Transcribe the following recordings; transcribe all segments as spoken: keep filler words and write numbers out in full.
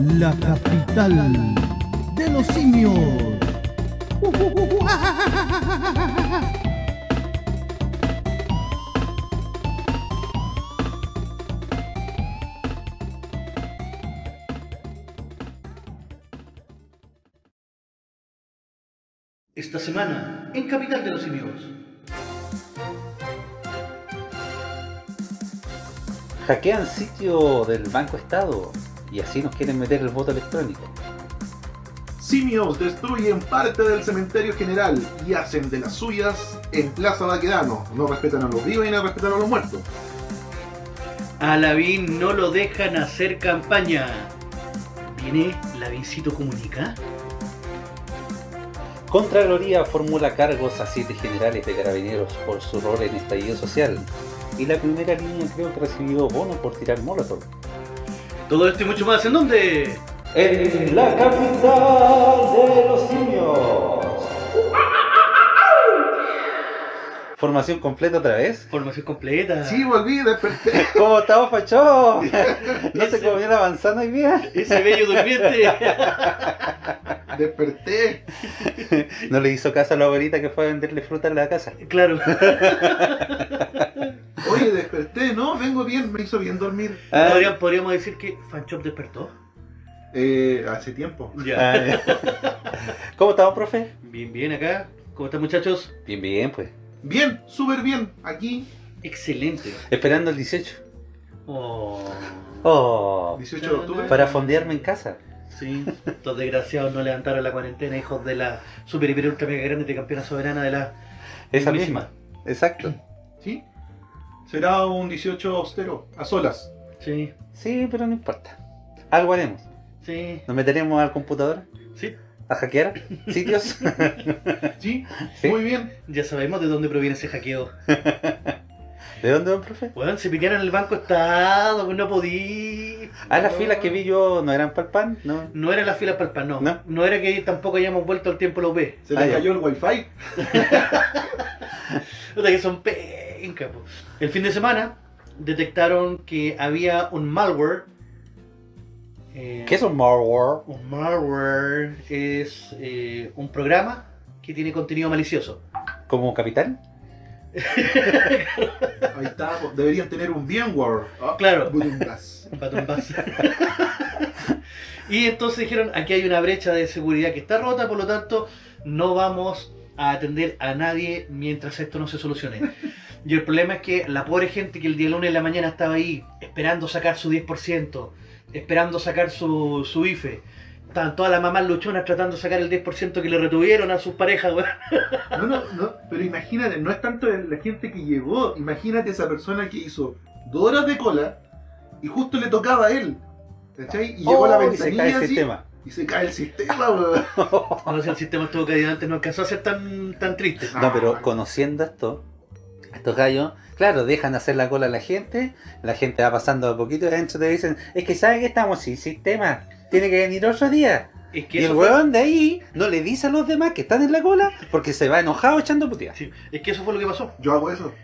la capital de los simios. Esta semana, en Capital de los Simios. Hackean sitio del Banco Estado y así nos quieren meter el voto electrónico. Simios destruyen parte del cementerio general y hacen de las suyas en Plaza Baquedano. No respetan a los vivos y no respetan a los muertos. A Lavín no lo dejan hacer campaña. ¿Viene Lavincito Comunica? Contraloría formula cargos a siete generales de carabineros por su rol en estallido social. Y la primera línea creo que recibió bono por tirar molotov. Todo esto y mucho más, ¿en dónde? En la capital de los simios. ¿Formación completa otra vez? Formación completa. Sí, volví, desperté. ¿Cómo estamos, Pacho? ¿No se comió la manzana hoy día? Ese bello durmiente. Desperté. No le hizo caso a la abuelita que fue a venderle fruta en la casa. Claro. Oye, desperté, ¿no? Vengo bien, me hizo bien dormir. Ah, Podríamos, podríamos decir que Fanchop despertó. Eh, hace tiempo. Ya. ah, ya. ¿Cómo estamos, profe? Bien, bien acá. ¿Cómo están, muchachos? Bien, bien, pues. Bien, súper bien. Aquí, Excelente. Esperando el dieciocho. Oh. Oh, dieciocho de octubre. para fondearme en casa. Sí, estos desgraciados no levantaron la cuarentena, hijos de la super hiper ultra mega grande de campeona soberana de la Esa mismísima. misma. Exacto. ¿Sí? Será un dieciocho austero, a solas. Sí, Sí, pero no importa. Algo haremos. sí, Nos meteremos al computador sí. a hackear sitios. ¿Sí? Sí. Muy bien. Ya sabemos de dónde proviene ese hackeo. ¿De dónde va, profe? Bueno, se pitearon el Banco Estado, pues no podí. Ah, las filas que vi yo no eran para el pan, ¿no? No era la fila para el pan, no. No. No era que tampoco hayamos vuelto al tiempo la U P. Se Ah, le ya. cayó el wifi. O sea que son pencas, po. El fin de semana detectaron que había un malware. eh, ¿Qué es un malware? Un malware es eh, un programa que tiene contenido malicioso. ¿Como capitán? Ahí está, pues, deberían tener un VMware. Ah, Claro. burumbas. Patumbas. Y entonces dijeron, aquí hay una brecha de seguridad que está rota, por lo tanto no vamos a atender a nadie mientras esto no se solucione. Y el problema es que la pobre gente que el día lunes de la mañana estaba ahí esperando sacar su diez por ciento, esperando sacar su, su I F E, estaban todas las mamás luchonas tratando de sacar el diez por ciento que le retuvieron a sus parejas, weón. No, no, no, pero imagínate, no es tanto la gente que llegó, imagínate esa persona que hizo dos horas de cola y justo le tocaba a él, ¿cachai? Y llegó a la Oh, y se ventanilla cae el así, sistema. y se cae el sistema, weón. No sé, el sistema estuvo caído antes, no alcanzó a ser tan, tan triste. No, pero conociendo esto, estos gallos, claro, dejan hacer la cola a la gente, la gente va pasando a poquito y adentro te dicen, es que saben que estamos sin sistema, tiene que venir otro día. Es que Y el eso fue- weón de ahí no le dice a los demás que están en la cola porque se va enojado echando puteas. Sí, es que eso fue lo que pasó. Yo hago eso.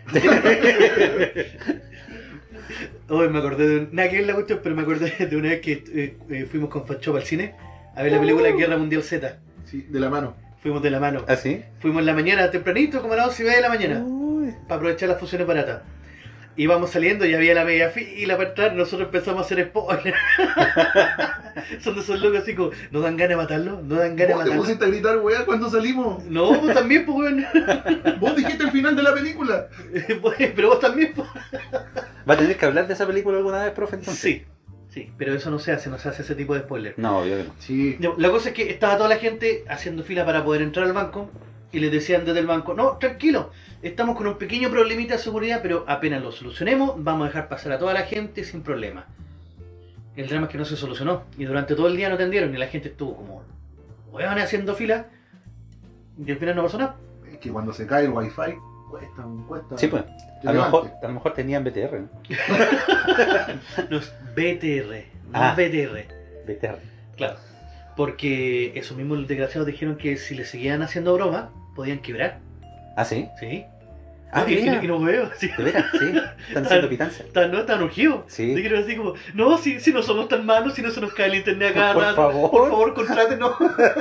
Hoy me acordé de un... Nada que ver la cuestión, pero me acordé de una vez que eh, eh, fuimos con Fanchop al cine a ver la película Guerra Mundial Z. Sí, de la mano. Fuimos de la mano. ¿Así? Fuimos en la mañana tempranito, como a las once y media de la mañana, Uy. para aprovechar las funciones baratas. Íbamos saliendo y había la media fila para entrar, nosotros empezamos a hacer spoilers. Son de esos locos así como, ¿no dan ganas de matarlo? ¿No dan ganas de ¿Vos te matarlo? pusiste a gritar, weá, cuando salimos? No, vos también, pues, weón. Vos dijiste el final de la película. Pero vos también, pues. ¿Va a tener que hablar de esa película alguna vez, profe, entonces? Sí, sí, pero eso no se hace, no se hace ese tipo de spoiler. No, obvio que no. Sí. La cosa es que estaba toda la gente haciendo fila para poder entrar al banco y les decían desde el banco, no, tranquilo, estamos con un pequeño problemita de seguridad, pero apenas lo solucionemos, vamos a dejar pasar a toda la gente sin problema. El drama es que no se solucionó y durante todo el día no atendieron y la gente estuvo como, weón, haciendo fila y al final no pasó nada. Es que cuando se cae el wifi, cuesta, cuesta. Sí, pues. A lo, mejor, a lo mejor tenían B T R, ¿no? No es B T R, no Ah. es B T R. B T R. Claro, porque esos mismos desgraciados dijeron que si le seguían haciendo broma, podían quebrar. ¿Ah, sí? ¿Sí? Ah, y, mira. y, y no veo, sí. De veras, sí. Están haciendo pitanza. Están, no, están urgidos. Sí. Yo creo así como, no, si, si no somos tan malos, si no se nos cae el internet acá. Por nada, favor. Por favor, contrátenos.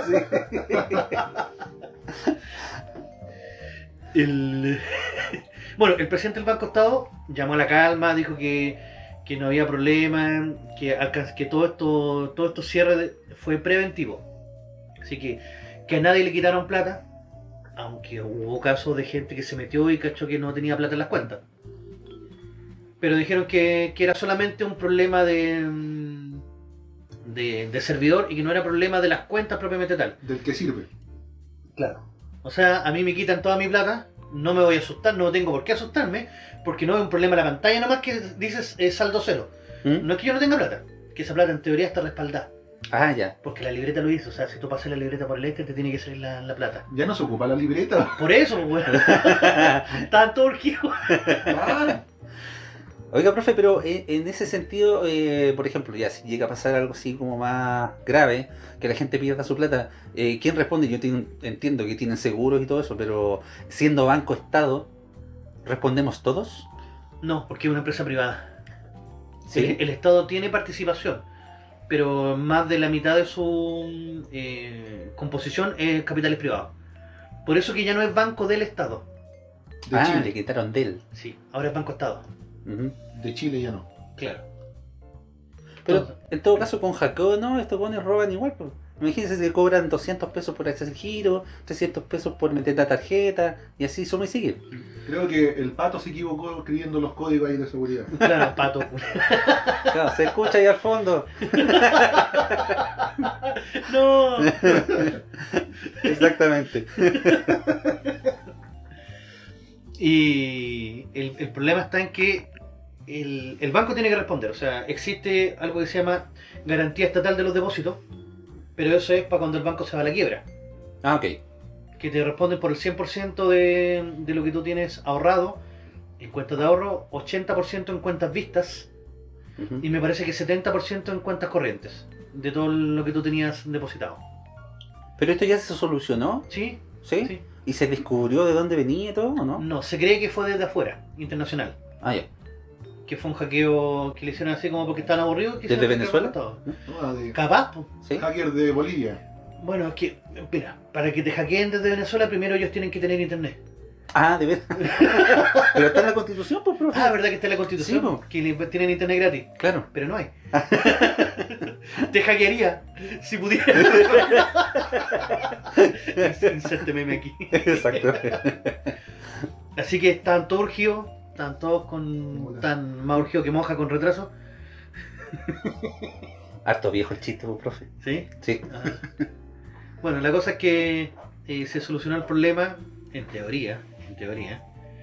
el... Bueno, el presidente del Banco Estado llamó a la calma, dijo que, que no había problema, que, alcan- que todo esto todo esto cierre de- fue preventivo. Así que, que a nadie le quitaron plata, aunque hubo casos de gente que se metió y cachó que no tenía plata en las cuentas. Pero dijeron que, que era solamente un problema de, mm, de, de servidor y que no era problema de las cuentas propiamente tal. Del que sirve. Claro. O sea, a mí me quitan toda mi plata, no me voy a asustar, no tengo por qué asustarme, porque no es un problema la pantalla nomás que dices eh, saldo cero. ¿Mm? No es que yo no tenga plata, que esa plata en teoría está respaldada, Ah, ya. porque la libreta lo hizo. O sea, si tú pasas la libreta por el este, te tiene que salir la, la plata. Ya no se ocupa la libreta. Por eso, pues, weón. Estaban todos urgidos. Claro. Oiga, profe, pero en, en ese sentido, eh, por ejemplo, ya si llega a pasar algo así como más grave, que la gente pierda su plata, eh, ¿quién responde? Yo tengo- entiendo que tienen seguros y todo eso, pero siendo Banco Estado, ¿respondemos todos? No, porque es una empresa privada. Sí. El, el Estado tiene participación, pero más de la mitad de su eh, composición es capitales privados. Por eso que ya no es banco del Estado. De Ah, Chile. le quitaron de él. Sí, ahora es Banco Estado. Ujú. De Chile ya no. Claro. Pero Entonces, en todo caso, con hackeo, no, estos pones roban igual. Pues. Imagínense que cobran doscientos pesos por hacer el giro, trescientos pesos por meter la tarjeta, y así suma y sigue. Creo que el pato se equivocó escribiendo los códigos ahí de seguridad. claro, pato. Claro, se escucha ahí al fondo. No. Exactamente. Y el, el problema está en que el, el banco tiene que responder. O sea, existe algo que se llama garantía estatal de los depósitos, pero eso es para cuando el banco se va a la quiebra. Ah, ok. Que te responden por el cien por ciento de, de lo que tú tienes ahorrado en cuentas de ahorro, ochenta por ciento en cuentas vistas Ujú. y me parece que setenta por ciento en cuentas corrientes de todo lo que tú tenías depositado. Pero esto ya se solucionó, ¿Sí? ¿sí? Sí. ¿Y se descubrió de dónde venía y todo, o no? No, se cree que fue desde afuera, internacional. Ah, ya. Que fue un hackeo que le hicieron así como porque estaban aburridos. ¿Desde quisieron Venezuela? hackear todo. Ah, de Capaz, po. ¿Sí? hacker de Bolivia. Bueno, es que, mira, para que te hackeen desde Venezuela, primero ellos tienen que tener internet. Ah, de verdad. Pero está en la Constitución, pues, profe. Ah, ¿verdad que está en la Constitución? Sí, po. Que le- tienen internet gratis. Claro. Pero no hay. Te hackearía si pudiera. Inserte meme aquí. Exacto. Así que están todos urgidos. Están todos con. Están más urgidos que moja con retraso. Harto viejo el chiste, pues, profe. ¿Sí? Sí. Ajá. Bueno, la cosa es que eh, se solucionó el problema, en teoría. En teoría.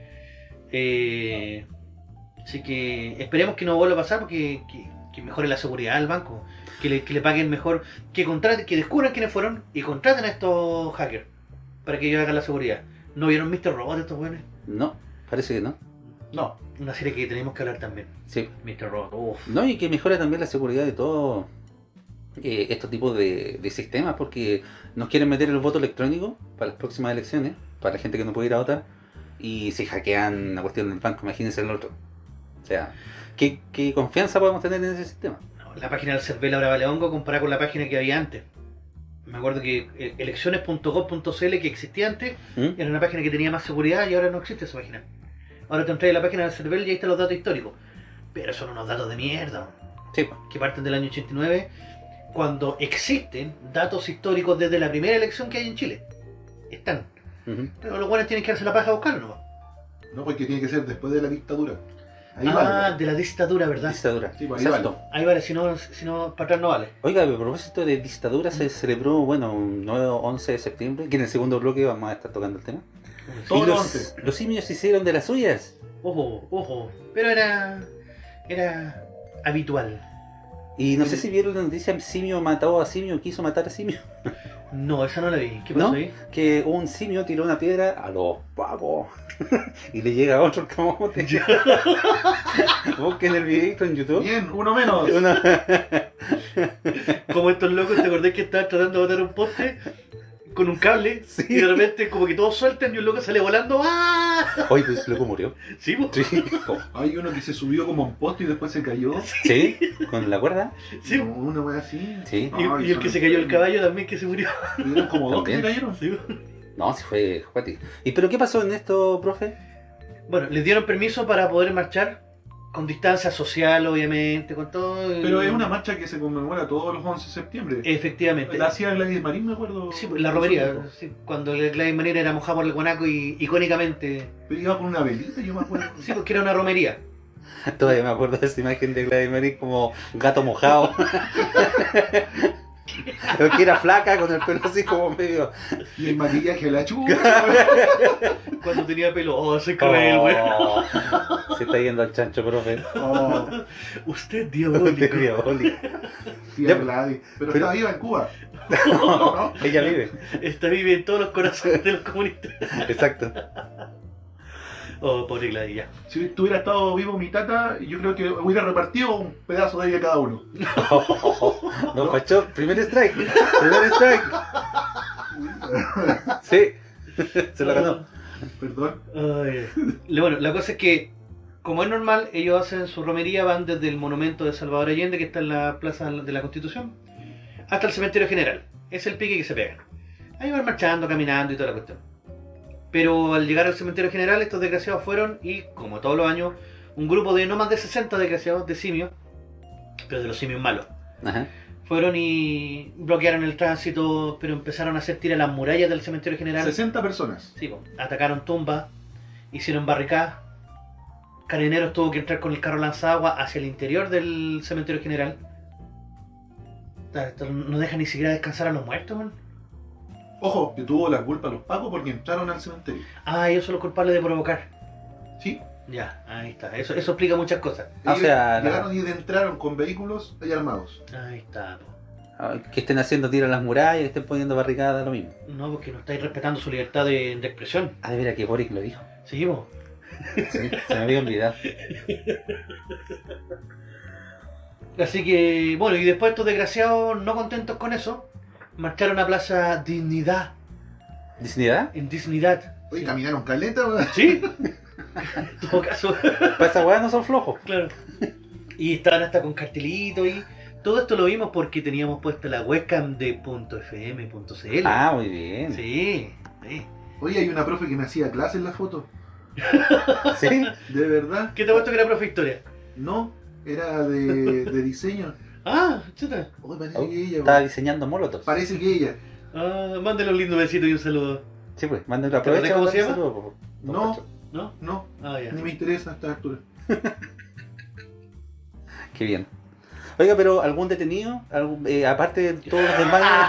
Eh, así que esperemos que no vuelva a pasar porque que, que mejore la seguridad del banco. Que le, que le paguen mejor. Que contraten, que descubran quiénes fueron y contraten a estos hackers para que ellos hagan la seguridad. ¿No vieron mister Robot estos buenos? No, parece que no. No. Una serie que tenemos que hablar también. Sí. mister Robot. Uf. No, y que mejora también la seguridad de todos eh, estos tipos de, de sistemas, porque nos quieren meter el voto electrónico para las próximas elecciones, para la gente que no puede ir a votar, y si hackean la cuestión del banco, imagínense el otro. O sea, ¿qué, qué confianza podemos tener en ese sistema? No, la página del CERVEL ahora vale hongo comparada con la página que había antes. Me acuerdo que eh, elecciones punto gov punto c l que existía antes ¿Mm? era una página que tenía más seguridad y ahora no existe esa página. Ahora te entras a la página del CERVEL y ahí están los datos históricos. Pero son unos datos de mierda, Sí, que parten del año ochenta y nueve, cuando existen datos históricos desde la primera elección que hay en Chile. Están. ujú. Pero los buenos tienen que darse la paja a buscarlo nomás. No, porque tiene que ser después de la dictadura. Ahí Ah, vale. de la dictadura, ¿verdad? Dictadura. Sí, pues ahí Exacto. Ahí vale, si no, si no, para atrás no vale. Oiga, a propósito de dictadura, se celebró, bueno, un nueve once de septiembre, que en el segundo bloque vamos a estar tocando el tema. Todo y lo los, antes. los simios hicieron de las suyas. Ojo, ojo. Pero era. Era habitual. Y no sé si vieron la noticia, simio mató a simio, quiso matar a simio. No, esa no la vi. ¿Qué pasó ¿No? ahí? Que un simio tiró una piedra a los pavos y le llega a otro camote. Busquen el videito en YouTube. Bien, uno menos. Una- Como estos locos, ¿te acordás que estaban tratando de botar un poste? con un cable Sí. y de repente como que todos sueltan y un loco sale volando. ¡Ah! Oye, pues ese loco murió. Sí, po. Sí. Oh, Hay uno que se subió como a un poste y después se cayó. ¿sí? ¿Con la cuerda? Sí. No, una wea así. Sí. Y, Ay, y el son que se cayó el enfermos. caballo también que se murió. Eran como dos que se También. cayeron. Sí, po. No, sí fue Juati. ¿Y pero qué pasó en esto, profe? Bueno, les dieron permiso para poder marchar con distancia social, obviamente, con todo. y- Pero es una marcha que se conmemora todos los once de septiembre. Efectivamente. La hacía Gladys Marín, me acuerdo. Sí, la romería, sí, cuando el Gladys Marín era mojado por el guanaco y icónicamente. Pero iba con una velita, yo me acuerdo. Sí, porque era una romería. Todavía me acuerdo de esa imagen de Gladys Marín como gato mojado. Pero que era flaca con el pelo así como medio. Y el maquillaje a la chupa. Cuando tenía pelo. Oh, soy cruel, weón. Oh, se está yendo al chancho, profe. Oh, Usted Qué diabólico. diabólico. tía Ya, Gladys. Pero, pero- estaba viva en Cuba. ¿No? Ella vive. Esta vive en todos los corazones de los comunistas. Exacto. Oh, pobre Gladys, ya. Si hubiera estado vivo mi tata, yo creo que hubiera repartido un pedazo de ella a cada uno. No, Pacho, primer strike. Primer strike. Sí. Se lo ganó. Perdón. Ay. Le- Bueno, la cosa es que, como es normal, ellos hacen su romería, van desde el monumento de Salvador Allende, que está en la Plaza de la Constitución, hasta el Cementerio General. Es el pique que se pegan. Ahí van marchando, caminando y toda la cuestión. Pero al llegar al Cementerio General, estos desgraciados fueron, y como todos los años, un grupo de no más de sesenta desgraciados de simios, pero de los simios malos, Ajá. fueron y bloquearon el tránsito, pero empezaron a hacer tirar las murallas del Cementerio General. sesenta personas. Sí, po. Atacaron tumbas, hicieron barricadas. Carabineros tuvo que entrar con el carro lanzagua hacia el interior del cementerio general. Ta- ta- No dejan ni siquiera descansar a los muertos, man. Ojo, que tuvo la culpa los pacos porque entraron al cementerio. Ah, ellos son los culpables de provocar. Sí. Ya, ahí está. Eso, eso explica muchas cosas. Ah, o Ellos sea, la- llegaron y entraron con vehículos y armados. Ahí está, po. Ah, que estén haciendo tiro a las murallas, que estén poniendo barricadas, lo mismo. No, porque no estáis respetando su libertad de, de expresión. Ah, de veras que Boric lo dijo. Sí, po. Sí, se me había olvidado. Así que, bueno, y después estos desgraciados, no contentos con eso, marcharon a Plaza Dignidad, ¿Dignidad? en Dignidad. Oye, Sí. caminaron caleta, weón. ¿Sí? En todo caso, Para esa weá no son flojos. claro. Y estaban hasta con cartelitos y todo esto lo vimos porque teníamos puesta la webcam de .fm.cl. Ah, muy bien. Sí, sí. Oye, hay una profe que me hacía clase en la foto. ¿Sí? ¿De verdad? ¿Qué te ha puesto que era profe Historia? No, era de, de diseño. Ah, chuta. Oye, parece Oh, que ella, estaba weón. diseñando molotos. Parece que ella. Ah, mándale un lindo besito y un saludo. Sí, pues, mándenlo, ¿Te acordás aprovecha. cómo para se darle llama? saludo, po, don No. Pacho. ¿No? No, Ah, ya. ni me interesa a esta altura. Qué bien. Oiga, pero ¿algún detenido? ¿Algún- eh, aparte de todos los demás.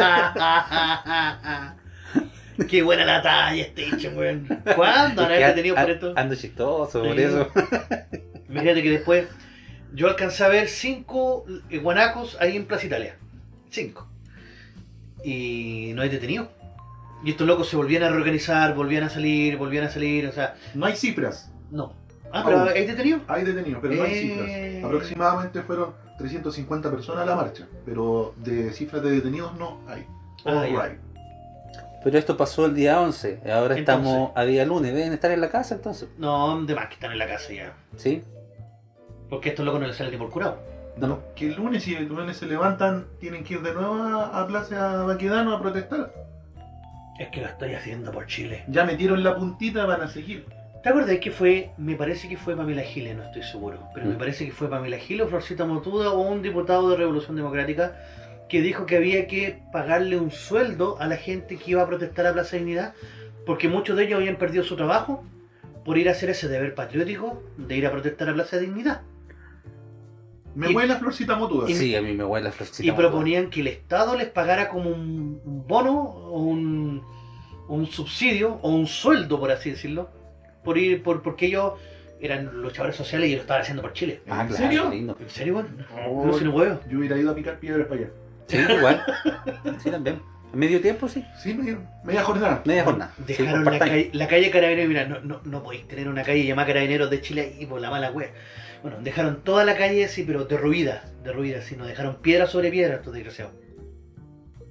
Qué buena la talla este hecho, weón. ¿Cuándo han Es que detenido an- por esto? Ando chistoso, por Sí. eso. Fíjate que después yo alcancé a ver cinco eh, guanacos ahí en Plaza Italia. Cinco. Y no hay detenido. Y estos locos se volvían a reorganizar, volvían a salir, volvían a salir, o sea, No hay cifras. no. Ah, pero Aún. ¿hay detenido? Hay detenidos, pero no hay Eh. cifras. Aproximadamente fueron trescientas cincuenta personas a la marcha, pero de cifras de detenidos no hay. Ah, ya. Alright. Pero esto pasó el día once. Ahora Entonces. estamos a día lunes. Deben estar en la casa entonces. No, de más que están en la casa ya. ¿Sí? Porque a estos locos no les sale ni por curado. No, no. Que el lunes, si el lunes se levantan, tienen que ir de nuevo a, a Plaza Baquedano a protestar. Es que lo estoy haciendo por Chile. Ya metieron la puntita, van a seguir. ¿Te acuerdas que fue, me parece que fue Pamela Giles, no estoy seguro, pero me Mm. parece que fue Pamela Giles o Florcita Motuda o un diputado de Revolución Democrática que dijo que había que pagarle un sueldo a la gente que iba a protestar a Plaza Dignidad porque muchos de ellos habían perdido su trabajo por ir a hacer ese deber patriótico de ir a protestar a Plaza Dignidad. Me Y- huele a Florcita Motuda. Sí, a mí me huele la florcita. Y proponían que el Estado les pagara como un un bono o un, un subsidio o un sueldo, por así decirlo, por ir, por, porque ellos eran luchadores sociales y lo estaban haciendo por Chile. Ah, ¿En claro, serio? qué lindo. ¿En serio, weón? Oh, No, si no huevo. Yo hubiera ido a picar piedras para allá. Sí, igual. Sí, también. En medio tiempo, sí. Sí, media, media jornada. Media jornada. Sí, Dejaron por la, part-time. calle, la calle Carabineros, mira, no, no, no podéis tener una calle llamada Carabineros de Chile y por la mala wea. Bueno, dejaron toda la calle así, pero derruida, derruida, así, no dejaron piedra sobre piedra estos desgraciados.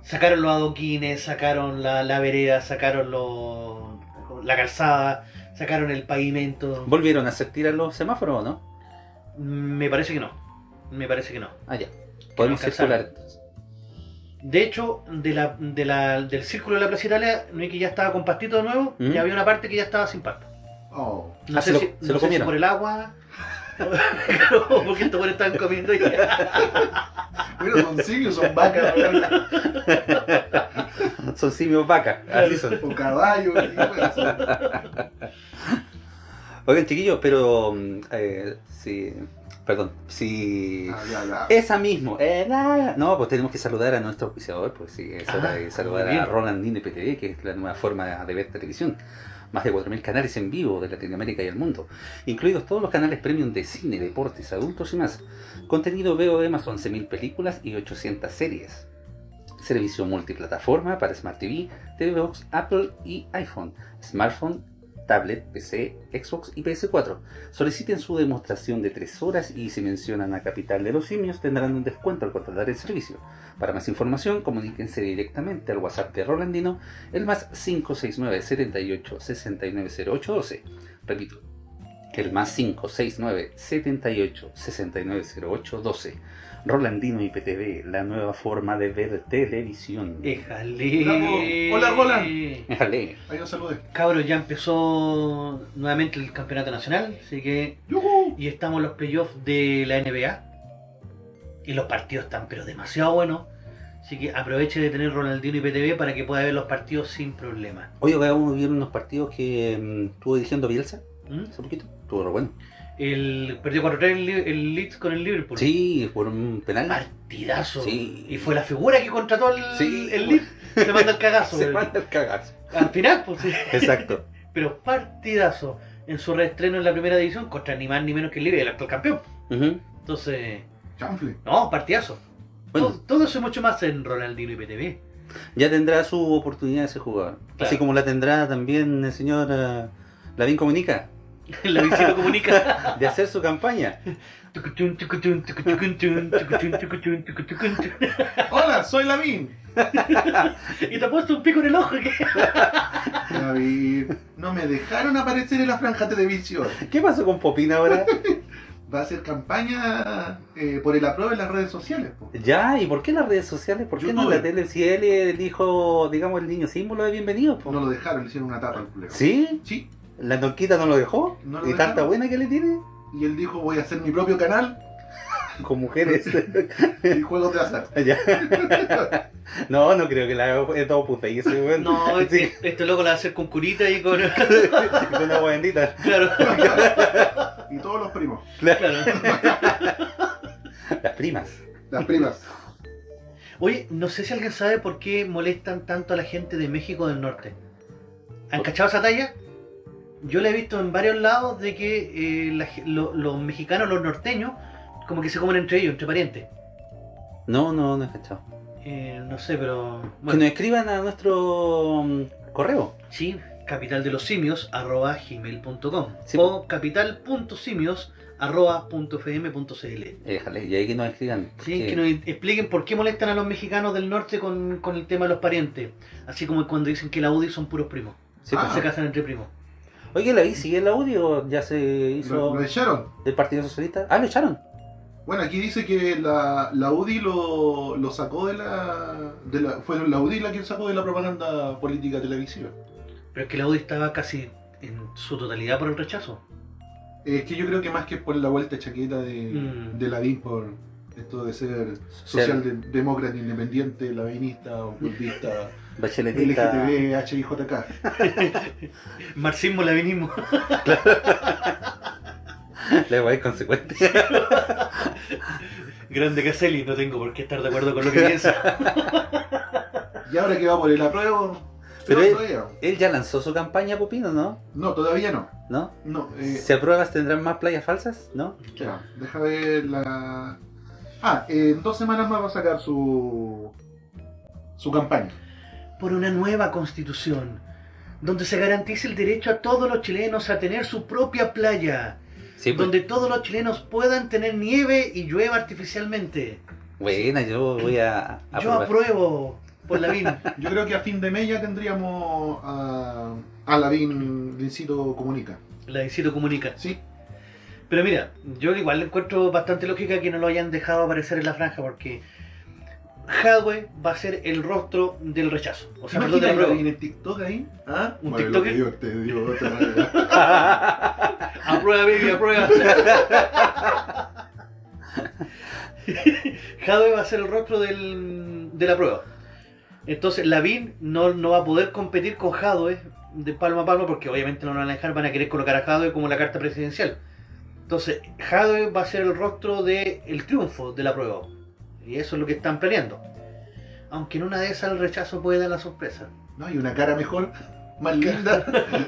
Sacaron los adoquines, sacaron la, la vereda, sacaron los, la calzada, sacaron el pavimento. ¿Volvieron a hacer tirar los semáforos o no? Me parece que no. Me parece que no. Ah, ya. Podemos no alcanzaron. circular entonces. De hecho, de la, de la, del círculo de la Plaza Italia, no es que ya estaba con pastito de nuevo, ¿Mm? ya había una parte que ya estaba sin pasto. Oh. No Ah, sé, se lo- si, se no lo sé si comieron. por el agua. Claro, porque estos buenos estaban comiendo ya. Bueno, son simios, son vacas, ¿no? Son simios vacas, así son. O caballos. y bueno, son- Oigan, chiquillos, pero. mm, Eh, sí. Perdón, si. Ah, ya, ya. Esa mismo. Eh, la- no, pues tenemos que saludar a nuestro auspiciador, pues sí, es hora Ah, de saludar muy bien. a Rolandino I P T V, que es la nueva forma de ver televisión. Más de cuatro mil canales en vivo de Latinoamérica y el mundo, incluidos todos los canales premium de cine, deportes, adultos y más. Contenido V O D más once mil películas y ochocientas series. Servicio multiplataforma para Smart T V, T V Box, Apple y iPhone, smartphone, tablet, P C, Xbox y P S cuatro. Soliciten su demostración de tres horas y si mencionan a Capital de los Simios tendrán un descuento al contratar el servicio. Para más información comuníquense directamente al WhatsApp de Rolandino, el más cinco seis nueve, setenta y ocho, sesenta y nueve cero ocho doce. Repito, el más cinco seis nueve, setenta y ocho, sesenta y nueve cero ocho doce. Rolandino I P T V, la nueva forma de ver televisión. Éjale. Bravo. Hola, Roland. Déjale. Ahí os saludé. Cabros, ya empezó nuevamente el campeonato nacional, así que. ¡Yujú! Y estamos en los playoffs de la N B A. Y los partidos están pero demasiado buenos. Así que aproveche de tener Ronaldinho y P T V para que pueda ver los partidos sin problema. Oye, acabamos de ver unos partidos que mm, estuvo dirigiendo Bielsa ¿Mm? hace poquito. Estuvo re bueno. El perdió cuatro tres el, Li- el Leeds con el Liverpool. Sí, por un penal. Partidazo. Sí. Y fue la figura que contrató al Sí. el Leeds. Se manda el cagazo. Se el- manda el cagazo. Al final, pues sí. Exacto. Pero partidazo. En su reestreno en la primera división contra ni más ni menos que el Liverpool, el actual campeón. Ujú. Entonces, Chanfle. no, partidazo. Bueno, Todo, todo eso y mucho más en Ronaldinho y P T V. ya tendrá su oportunidad ese jugador. Claro. Así como la tendrá también el señor eh, Lavín Comunica La visita comunica. de hacer su campaña. Tucutun, tucutun, tucutucun, tun, tucutun, tucutun, tucutucun, tun. Hola, soy Lavín. Y te ha puesto un pico en el ojo. ¿Qué? David, no me dejaron aparecer en la franja de televisión. ¿Qué pasó con Popín ahora? Va a hacer campaña eh, por el apruebo en las redes sociales. Po. Ya, ¿y por qué las redes sociales? ¿Por qué no YouTube. la tele? Si él es el hijo, digamos, el niño símbolo de bienvenido. po. No lo dejaron, le hicieron una tapa al culero. ¿Sí? Sí. ¿La Nonquita no lo dejó? No lo ¿Y dejaron. tanta buena que le tiene? Y él dijo, voy a hacer mi propio canal Con mujeres. y juegos de azar. Ya. No, no creo que la haga. Es todo puta. Y ese weón. No, Sí, este, este loco la va a hacer con curita y con. con agua bendita. Claro, Y todos los primos. claro. Las primas. Las primas. Oye, no sé si alguien sabe por qué molestan tanto a la gente de México del Norte. ¿Han cachado esa talla? Yo la he visto en varios lados de que eh, la ge- lo- los mexicanos, los norteños, como que se comen entre ellos, entre parientes. No, no, no he cachado. Eh, no sé, pero. Que Bueno, nos escriban a nuestro mm, correo. sí, capital de los simios arroba gmail punto com Sí, o capital punto simios arroba punto f m punto c l. Eh, Déjale, y ahí que nos escriban. Sí, porque- que nos expliquen por qué molestan a los mexicanos del norte con, con el tema de los parientes. Así como cuando dicen que la U D I son puros primos. Sí, Ah. pues. Se casan entre primos. Oye, ¿la vi? ¿Sigue el audio? ¿Ya se ¿Lo, hizo lo echaron? del Partido Socialista? Ah, lo echaron. Bueno, aquí dice que la, la U D I lo, lo sacó de la, de la... Fue la U D I la que sacó de la propaganda política televisiva. Pero es que la U D I estaba casi en su totalidad por el rechazo. Es que yo creo que más que por la vuelta chaqueta de, Mm. de Lavín por esto de ser socialdemócrata independiente, lavinista, ocultista, L G Bacheletista. T B, H I J K. Marxismo, lavinismo. Le voy a ir consecuente. Grande Caselli, no tengo por qué estar de acuerdo con lo que piensa. Y ahora que va por el apruebo... Pero no, él- todavía. Él ya lanzó su campaña, Popino, ¿no? No, todavía no. ¿No? No, eh, ¿Si apruebas tendrán más playas falsas? ¿No? ya, deja ver la... Ah, en dos semanas más va a sacar su... su campaña. Por una nueva constitución, donde se garantice el derecho a todos los chilenos a tener su propia playa, Sí, pues. donde todos los chilenos puedan tener nieve y llueva artificialmente. Buena, yo voy a, a Yo aprobar. apruebo. por Lavín. Yo creo que a fin de mes ya tendríamos a, a Lavín, Lincito Comunica. Lavincito comunica. Sí. Pero mira, yo igual le encuentro bastante lógica que no lo hayan dejado aparecer en la franja porque Hadwe va a ser el rostro del rechazo. O sea, perdón, de la Imagínate a prueba. Lavín en TikTok ahí. ¿Ah? ¿Un Bueno, TikToker? lo que Dios te dio, otra. Aprueba, baby, aprueba. Hadwe va a ser el rostro del, de la prueba. Entonces Lavín no, no va a poder competir con Hadwe de palmo a palmo porque obviamente no lo van a dejar, van a querer colocar a Hadwe como la carta presidencial. Entonces Hadwe va a ser el rostro del triunfo de la prueba. Y eso es lo que están planeando. Aunque en una de esas el rechazo puede dar la sorpresa. No, hay una cara mejor, más linda.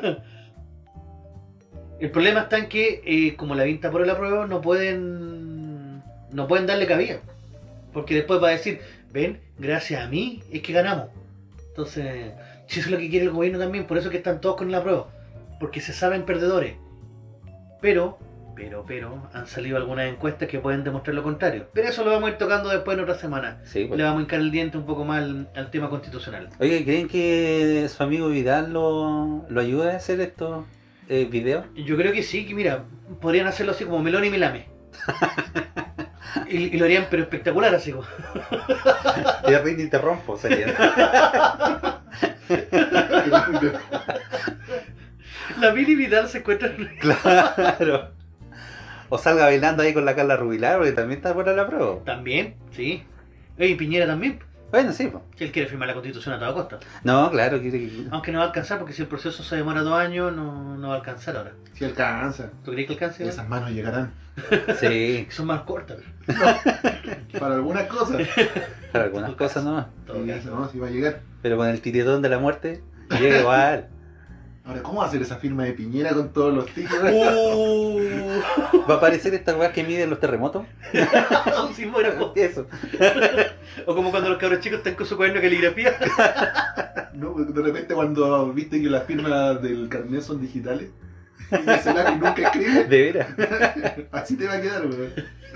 El problema está en que, eh, como la vinta por la prueba, no pueden no pueden darle cabida. Porque después va a decir, ven, gracias a mí es que ganamos. Entonces, si eso es lo que quiere el gobierno también, por eso es que están todos con la prueba. Porque se saben perdedores. Pero, pero, pero, han salido algunas encuestas que pueden demostrar lo contrario. Pero eso lo vamos a ir tocando después en otra semana. Sí, pues. Le vamos a hincar el diente un poco más al, al tema constitucional. Oye, ¿creen que su amigo Vidal lo, lo ayuda a hacer estos eh, videos? Yo creo que sí, que mira, podrían hacerlo así como Melón y Milame. y, y lo harían pero espectacular así como. Te ríes y te rompo, sería. La Mini Vidal se encuentra. Claro. O salga bailando ahí con la Carla Rubilar, porque también está buena la prueba. También, sí. Oye, y Piñera también. Bueno, sí, pues. Que él quiere firmar la constitución a toda costa. No, claro, quiere que... Aunque no va a alcanzar porque si el proceso se demora dos años, no, no va a alcanzar ahora. Si alcanza. ¿Tú crees que alcance? Esas manos llegarán. Sí, Que son más cortas. Para algunas cosas. para algunas cosas nomás. En todo Sí, caso. no, sí va a llegar. Pero con el tiritón de la muerte, llega igual. Ahora, ¿cómo va a hacer esa firma de Piñera con todos los ticos? Uh, ¿Va a aparecer esta weá que miden los terremotos? un sismógrafo. Eso. O como cuando los cabros chicos están con su cuaderno de caligrafía. No, de repente cuando viste que las firmas del carnet son digitales y ese lápiz nunca escribe, De veras. así te va a quedar, weón.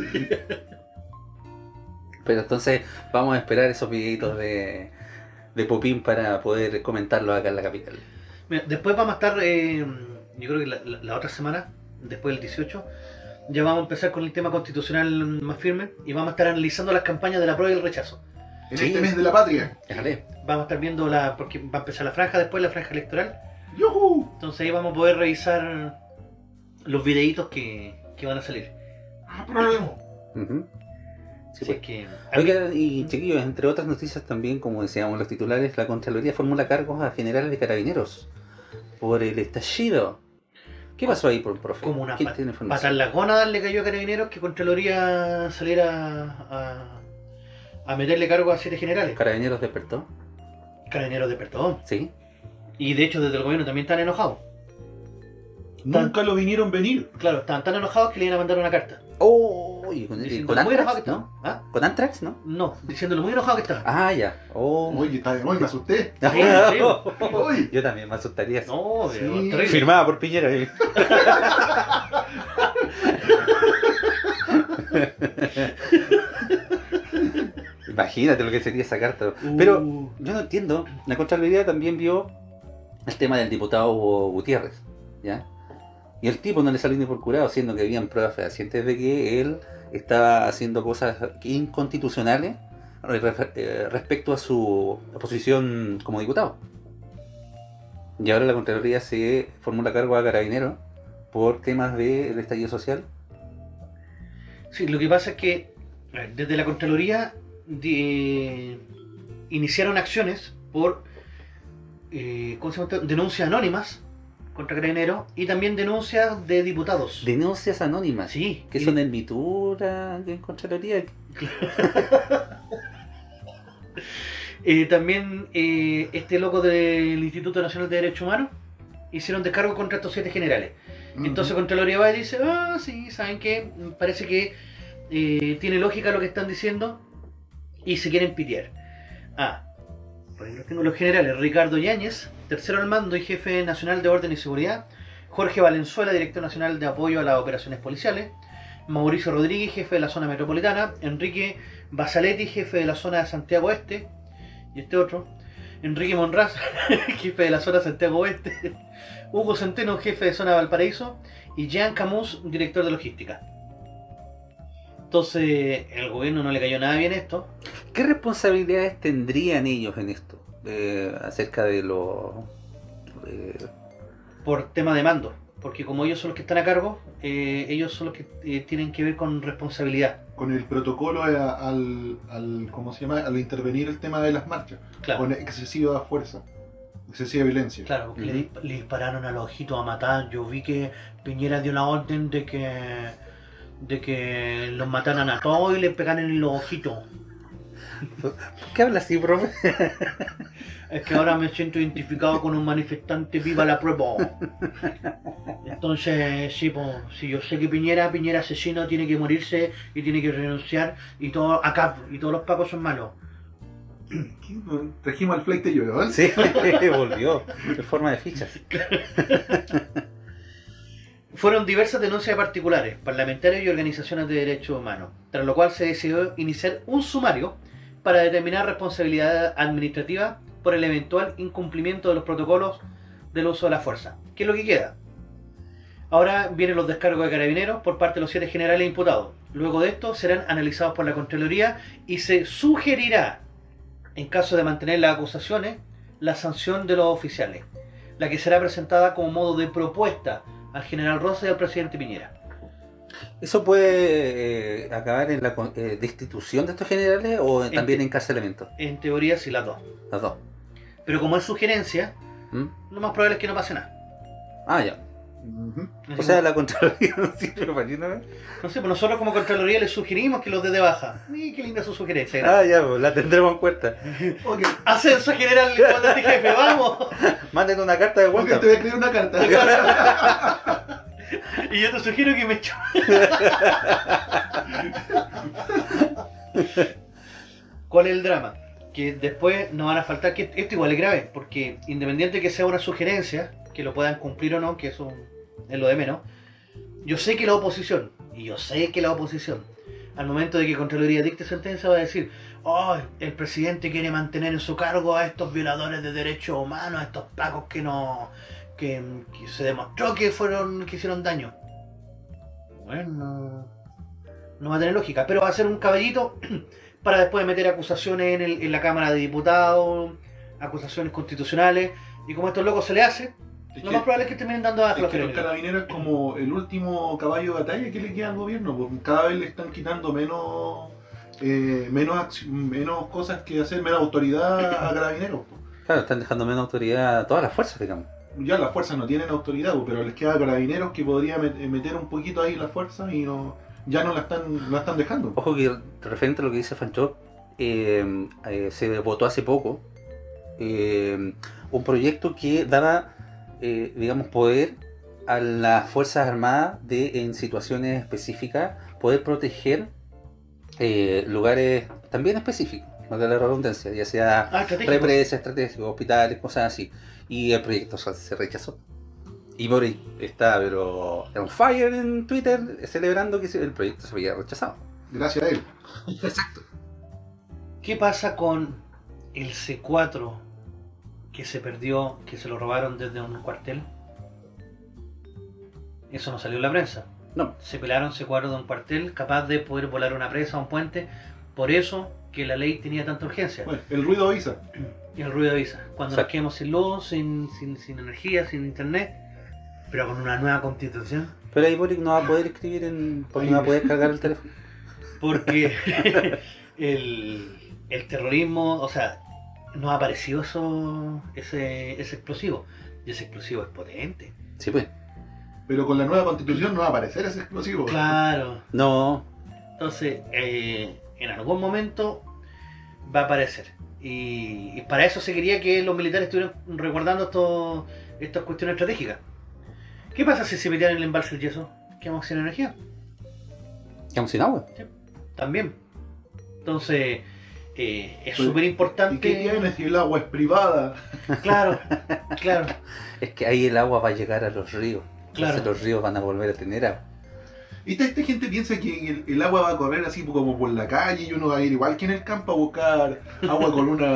Pero entonces vamos a esperar esos videitos de, de Popín para poder comentarlos acá en la capital. Mira, después vamos a estar, eh, yo creo que la, la- la otra semana, después del dieciocho, ya vamos a empezar con el tema constitucional más firme y vamos a estar analizando las campañas de la prueba y el rechazo. En Sí. este mes de la patria. Déjale. Vamos a estar viendo la, porque va a empezar la franja después, la franja electoral. ¡Yuhu! Entonces ahí vamos a poder revisar los videitos que, que van a salir. ¡Ah, problema! Ujú. Sí, Así pues. que, Oiga, y chiquillos, entre otras noticias también, como decíamos los titulares, la Contraloría formula cargos a generales de carabineros por el estallido. ¿Qué pasó ahí, por profe? como una ¿Quién pat- tiene información? patada en la gónada le cayó a Carabineros que Contraloría saliera a, a meterle cargo a siete generales. ¿Carabineros despertó? Carabineros de perdón. Sí. Y de hecho desde el gobierno también están enojados. Nunca lo vinieron venir. Claro, estaban tan enojados que le iban a mandar una carta. Oh, y con, y Diciendo con muy enojado que Antrax, estaban. ¿no? ¿Ah? ¿Con Antrax, no? No, diciéndolo muy enojado que estaban. Ah, ya. Oh. Oye, está de hoy, me asusté. Sí, sí. Uy. Yo también me asustaría. así. No, Sí. pero terrible. Firmada por Piñera. eh. Imagínate lo que sería esa carta. Uh. Pero yo no entiendo. La Contraloría también vio el tema del diputado Hugo Gutiérrez, ¿ya? Y el tipo no le salió ni por curado, siendo que habían pruebas fehacientes de que él estaba haciendo cosas inconstitucionales re- eh, respecto a su posición como diputado. Y ahora la Contraloría se formula cargo a Carabineros por temas del estallido social. Sí, lo que pasa es que a ver, desde la Contraloría de- iniciaron acciones por eh, ¿cómo se llama esto? Denuncias anónimas contra Carabineros y también denuncias de diputados. Denuncias anónimas. Sí, ¿Qué y- son en Mitura? ¿En Contraloría? Eh, también eh, este loco del Instituto Nacional de Derechos Humanos hicieron descargo contra estos siete generales. Entonces Contraloría va y dice, ah, sí, ¿saben qué? Parece que eh, tiene lógica lo que están diciendo y se quieren pitear. Ah, por ahí los tengo los generales. Ricardo Yáñez, tercero al mando y jefe nacional de orden y seguridad. Jorge Valenzuela, director nacional de apoyo a las operaciones policiales. Mauricio Rodríguez, jefe de la zona metropolitana. Enrique Basaletti, jefe de la zona de Santiago Este. y este otro, Enrique Monraz, jefe de la zona Santiago Oeste, Hugo Centeno, jefe de zona Valparaíso, y Jean Camus, director de logística. Entonces, el gobierno no le cayó nada bien esto. ¿Qué responsabilidades tendrían ellos en esto? Eh, acerca de lo... Eh... Por tema de mando. Porque como ellos son los que están a cargo, eh, ellos son los que eh, tienen que ver con responsabilidad. Con el protocolo a- al, al, ¿cómo se llama? Al intervenir el tema de las marchas. Claro. Con excesiva fuerza, excesiva violencia. Claro, porque Ujú. le, disp- le dispararon a los ojitos a matar. Yo vi que Piñera dio la orden de que de que los mataran a todos y les pegaran en los ojitos. ¿Por qué habla así, profe? Es que ahora me siento identificado con un manifestante, viva la prueba. Entonces, sí, pues, si yo sé que Piñera, Piñera asesino, tiene que morirse y tiene que renunciar y todo acá, y todos los pacos son malos. ¿Qué? Trajimos al flight de yo, ¿eh? Sí, volvió. En forma de fichas. Fueron diversas denuncias de particulares, parlamentarios y organizaciones de derechos humanos, tras lo cual se decidió iniciar un sumario para determinar responsabilidad administrativa por el eventual incumplimiento de los protocolos del uso de la fuerza. ¿Qué es lo que queda? Ahora vienen los descargos de carabineros por parte de los siete generales imputados. Luego de esto serán analizados por la Contraloría y se sugerirá, en caso de mantener las acusaciones, la sanción de los oficiales, la que será presentada como modo de propuesta al general Rosa y al presidente Piñera. ¿Eso puede eh, acabar en la con- eh, destitución de estos generales o En también te- encarcelamiento? En teoría sí, las dos. Las dos. Pero como es sugerencia, ¿Mm? lo más probable es que no pase nada. Ah, ya. Ujú. O sea, la Contraloría no sirve para ni nada. No sé, pues nosotros como Contraloría les sugerimos que los dé de baja. Y qué linda su sugerencia. Ah, ya, pues, la tendremos en cuenta. Ok, Ascenso general, comandante jefe, vamos. Manden una carta de ok, vuelta. te voy a escribir una carta. Y yo te sugiero que me echo. ¿Cuál es el drama? Que después no van a faltar, que esto igual es grave, porque independiente que sea una sugerencia, que lo puedan cumplir o no, que eso es lo de menos, yo sé que la oposición, y yo sé que la oposición, al momento de que Contraloría dicte sentencia va a decir, oh, el presidente quiere mantener en su cargo a estos violadores de derechos humanos, a estos pacos que no, que, que se demostró que fueron, que hicieron daño. Bueno, no, no va a tener lógica, pero va a ser un caballito para después meter acusaciones en, el, en la Cámara de Diputados, acusaciones constitucionales, y como a estos locos se le hace, Es lo que- más probable es que terminen dando baja Es los que los carabineros. carabineros es como el último caballo de batalla que le queda al gobierno, porque cada vez le están quitando menos eh, menos, acci- menos cosas que hacer, menos autoridad a carabineros. Po. Claro, están dejando menos autoridad a todas las fuerzas, digamos. Ya las fuerzas no tienen autoridad, po, pero les queda carabineros que podría met- meter un poquito ahí la fuerza y no ya no la están, la están dejando. Ojo que referente a lo que dice Fanchop, eh, eh, se votó hace poco eh, un proyecto que daba, eh, digamos, poder a las Fuerzas Armadas de, en situaciones específicas, poder proteger eh, lugares también específicos, valga la redundancia, ya sea Ah, estratégico. represas, estratégicos, hospitales, cosas así. Y el proyecto se se rechazó. Y Boric está, pero on fire en Twitter, celebrando que el proyecto se había rechazado. Gracias a él. Exacto. ¿Qué pasa con el C cuatro que se perdió, que se lo robaron desde un cuartel? Eso no salió en la prensa. No. Se pelaron C cuatro de un cuartel capaz de poder volar una presa, un puente. Por eso que la ley tenía tanta urgencia. Bueno, el ruido avisa. Y el ruido avisa. Cuando nos Exacto. quedemos sin luz, sin, sin, sin energía, sin internet, pero con una nueva constitución. Pero ahí Boric no va a poder escribir en... porque no va a poder cargar el teléfono. Porque el, el terrorismo, o sea, no ha aparecido eso, ese, ese explosivo. Y ese explosivo es potente. Sí, pues. Pero con la nueva constitución no va a aparecer ese explosivo. Claro. No. Entonces, eh, en algún momento va a aparecer. Y, y para eso se quería que los militares estuvieran resguardando estos, estas cuestiones estratégicas. ¿Qué pasa si se metieran en el embalse del yeso? ¿Quedamos sin energía? Quedamos sin agua. También. Entonces, eh, es Pues, súper ¿Y importante. qué tiene si el agua es privada? Claro, claro. Es que ahí el agua va a llegar a los ríos. Claro. Entonces los ríos van a volver a tener agua. Y esta, esta gente piensa que el, el agua va a correr así como por la calle y uno va a ir igual que en el campo a buscar agua con una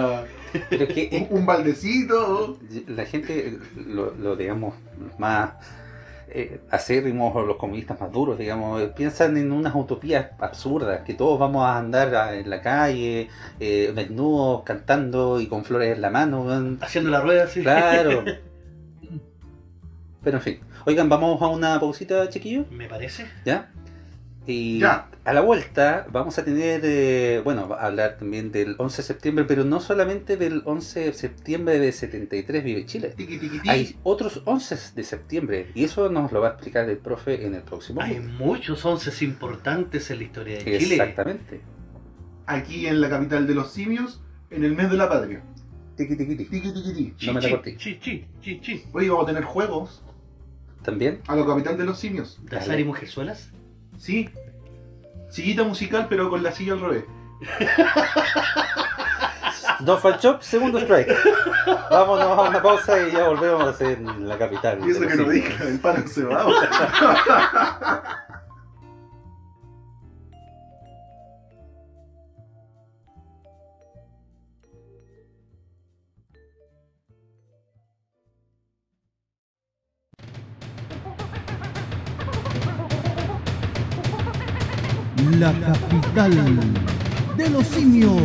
Pero es que Un, un baldecito. eh, la gente, lo, lo digamos, más eh, acérrimos o los comunistas más duros, digamos, eh, piensan en unas utopías absurdas, que todos vamos a andar a- en la calle, eh, desnudos, cantando y con flores en la mano, weón. Haciendo la rueda, sí. Claro. Pero en fin. Oigan, vamos a una pausita, chiquillos, Me parece. ¿ya? Y Ya. a la vuelta vamos a tener, eh, bueno, va a hablar también del once de septiembre, pero no solamente del once de septiembre de setenta y tres Vive Chile. Tiqui, tiqui, tiqui. Hay otros once de septiembre y eso nos lo va a explicar el profe en el próximo Hay video. muchos once importantes en la historia de Chile. Exactamente. Aquí en la capital de los simios, en el mes de la patria. Tiqui, tiqui, tiqui. Tiqui, tiqui, tiqui. No me la Chi, corté. chi, chi, chi, chi. Oye, vamos a tener juegos ¿También? a la capital de los simios. ¿De azar y mujerzuelas? Sí. Sillita musical, pero con la silla al revés. Dos Fan Shop, segundo strike. Vámonos a una pausa y ya volvemos en la capital. Y eso de que los no simios. dije, el pan encebado. La capital de los simios.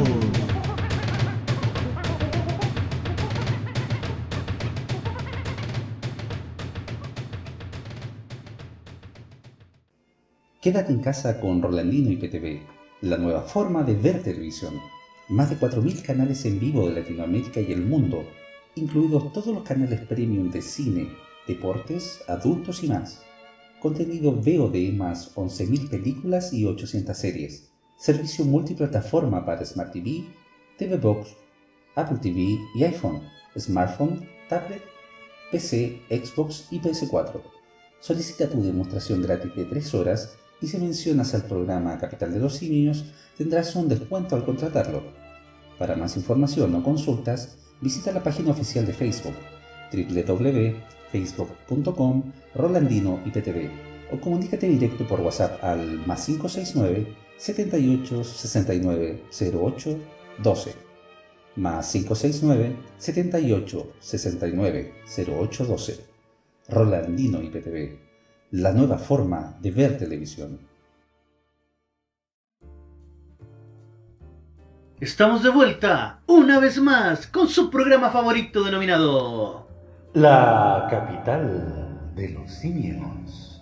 Quédate en casa con Rolandino y P T V, la nueva forma de ver televisión. Más de cuatro mil canales en vivo de Latinoamérica y el mundo, incluidos todos los canales premium de cine, deportes, adultos y más. Contenido V O D más once mil películas y ochocientas series. Servicio multiplataforma para Smart T V, T V Box, Apple T V y iPhone, smartphone, tablet, P C, Xbox y P S cuatro. Solicita tu demostración gratis de tres horas y si mencionas al programa Capital de los Simios tendrás un descuento al contratarlo. Para más información o consultas, visita la página oficial de Facebook doble u doble u doble u punto facebook punto com Rolandino I P T V o comunícate directo por WhatsApp al más cinco seis nueve, setenta y ocho, sesenta y nueve, cero ocho, doce más cinco seis nueve, setenta y ocho, sesenta y nueve, cero ocho, doce. Rolandino I P T V, la nueva forma de ver televisión. Estamos de vuelta, una vez más, con su programa favorito denominado... La capital de los simios.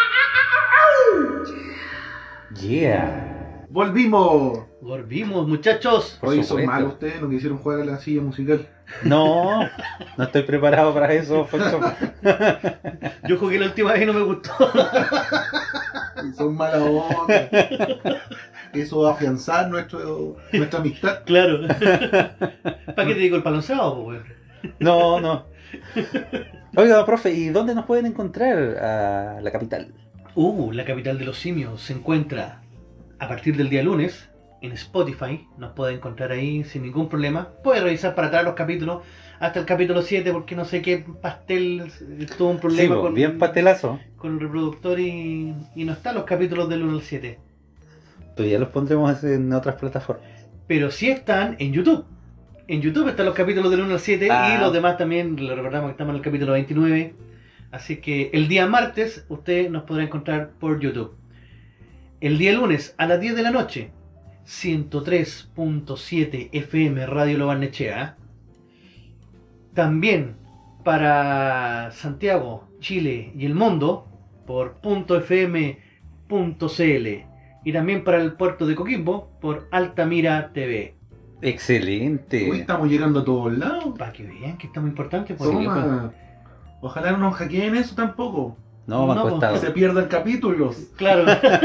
Yeah. Volvimos. Volvimos, muchachos. Por Oye, son supuesto. malos ustedes, no quisieron jugar a la silla musical. No, no estoy preparado para eso, Foncho. Yo jugué la última vez y no me gustó. Son mala onda. Eso va a afianzar nuestro, nuestra amistad. Claro. ¿Para qué te digo el palonceado, po, weón? No, no. Oiga, profe, ¿y dónde nos pueden encontrar a la capital? Uh, la capital de los simios se encuentra a partir del día lunes en Spotify. Nos puede encontrar ahí sin ningún problema. Puede revisar para atrás los capítulos hasta el capítulo siete porque no sé qué pastel tuvo un problema Sí, con, bien pastelazo. con el reproductor y, y no están los capítulos del uno al siete. Pero ya los pondremos en otras plataformas. Pero sí están en YouTube. En YouTube están los capítulos del uno al siete Ah. y los demás también, le recordamos que estamos en el capítulo veintinueve. Así que el día martes usted nos podrá encontrar por YouTube. El día lunes a las diez de la noche, ciento tres punto siete F M Radio Lo Barnechea. También para Santiago, Chile y el mundo por .fm punto cl. Y también para el puerto de Coquimbo por Altamira T V. Excelente. Hoy estamos llegando a todos lados. Para que vean que está muy importante. Pues. Toma. Ojalá no nos hackeen eso tampoco. No, me ha No, Que costado. se pierdan capítulos. Claro.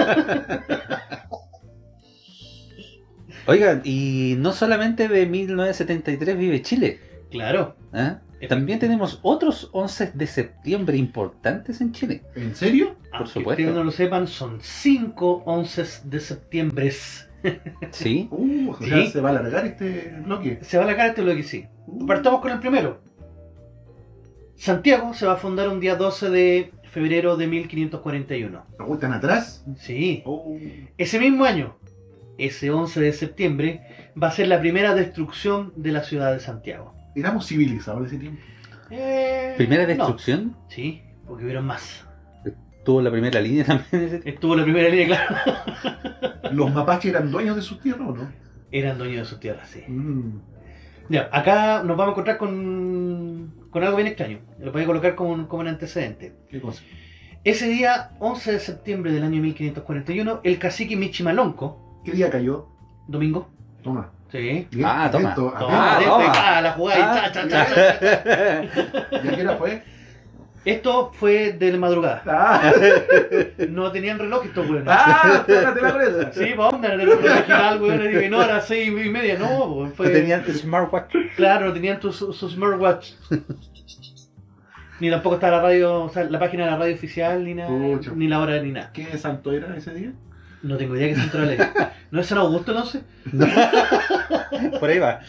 Oigan, y no solamente de mil novecientos setenta y tres vive Chile. Claro. ¿eh? También tenemos otros once de septiembre importantes en Chile. ¿En serio? Aunque supuesto. ustedes no lo sepan, son cinco once de septiembre. ¿Sí? Uh, o Sí. sea, se va a alargar este bloque. Se va a la cara este lo que sí. Uh. Partamos con el primero. Santiago se va a fundar un día doce de febrero de mil quinientos cuarenta y uno. ¿Nos gustan atrás? Sí. Oh. Ese mismo año, ese once de septiembre, va a ser la primera destrucción de la ciudad de Santiago. Éramos civilizados en ese tiempo. Eh, ¿Primera no. destrucción? Sí, porque hubieron más. ¿Tuvo la primera línea también? ese- Estuvo la primera línea, claro. ¿Los mapaches eran dueños de sus tierras o no? Eran dueños de sus tierras, sí. Mm. Ya, acá nos vamos a encontrar con, con algo bien extraño. Lo voy a colocar como un, como un antecedente. ¿Qué cosa? Ese día, once de septiembre del año mil quinientos cuarenta y uno, el cacique Michimalonco, ¿Qué día cayó? domingo, Toma. sí, Bien, Ah, toma. atento, atento. toma, Ah, atento, toma. ah, la jugada, y Ah, cha, cha, cha, cha. ¿Y a qué hora fue? Esto fue de madrugada. Ah, No tenían reloj estos weones. ah, tócate la presa. Sí, pa' onda, el reloj original, weón, y no, a las seis y media, no, pues, fue... No tenían smartwatch. Claro, no tenían tu- su, su smartwatch. Ni tampoco estaba la radio, o sea, la página de la radio oficial, ni nada, Pucha. ni la hora, ni nada. ¿Qué santo era ese día? No tengo idea que Central era. ¿No es San Augusto, no sé? Por ahí va.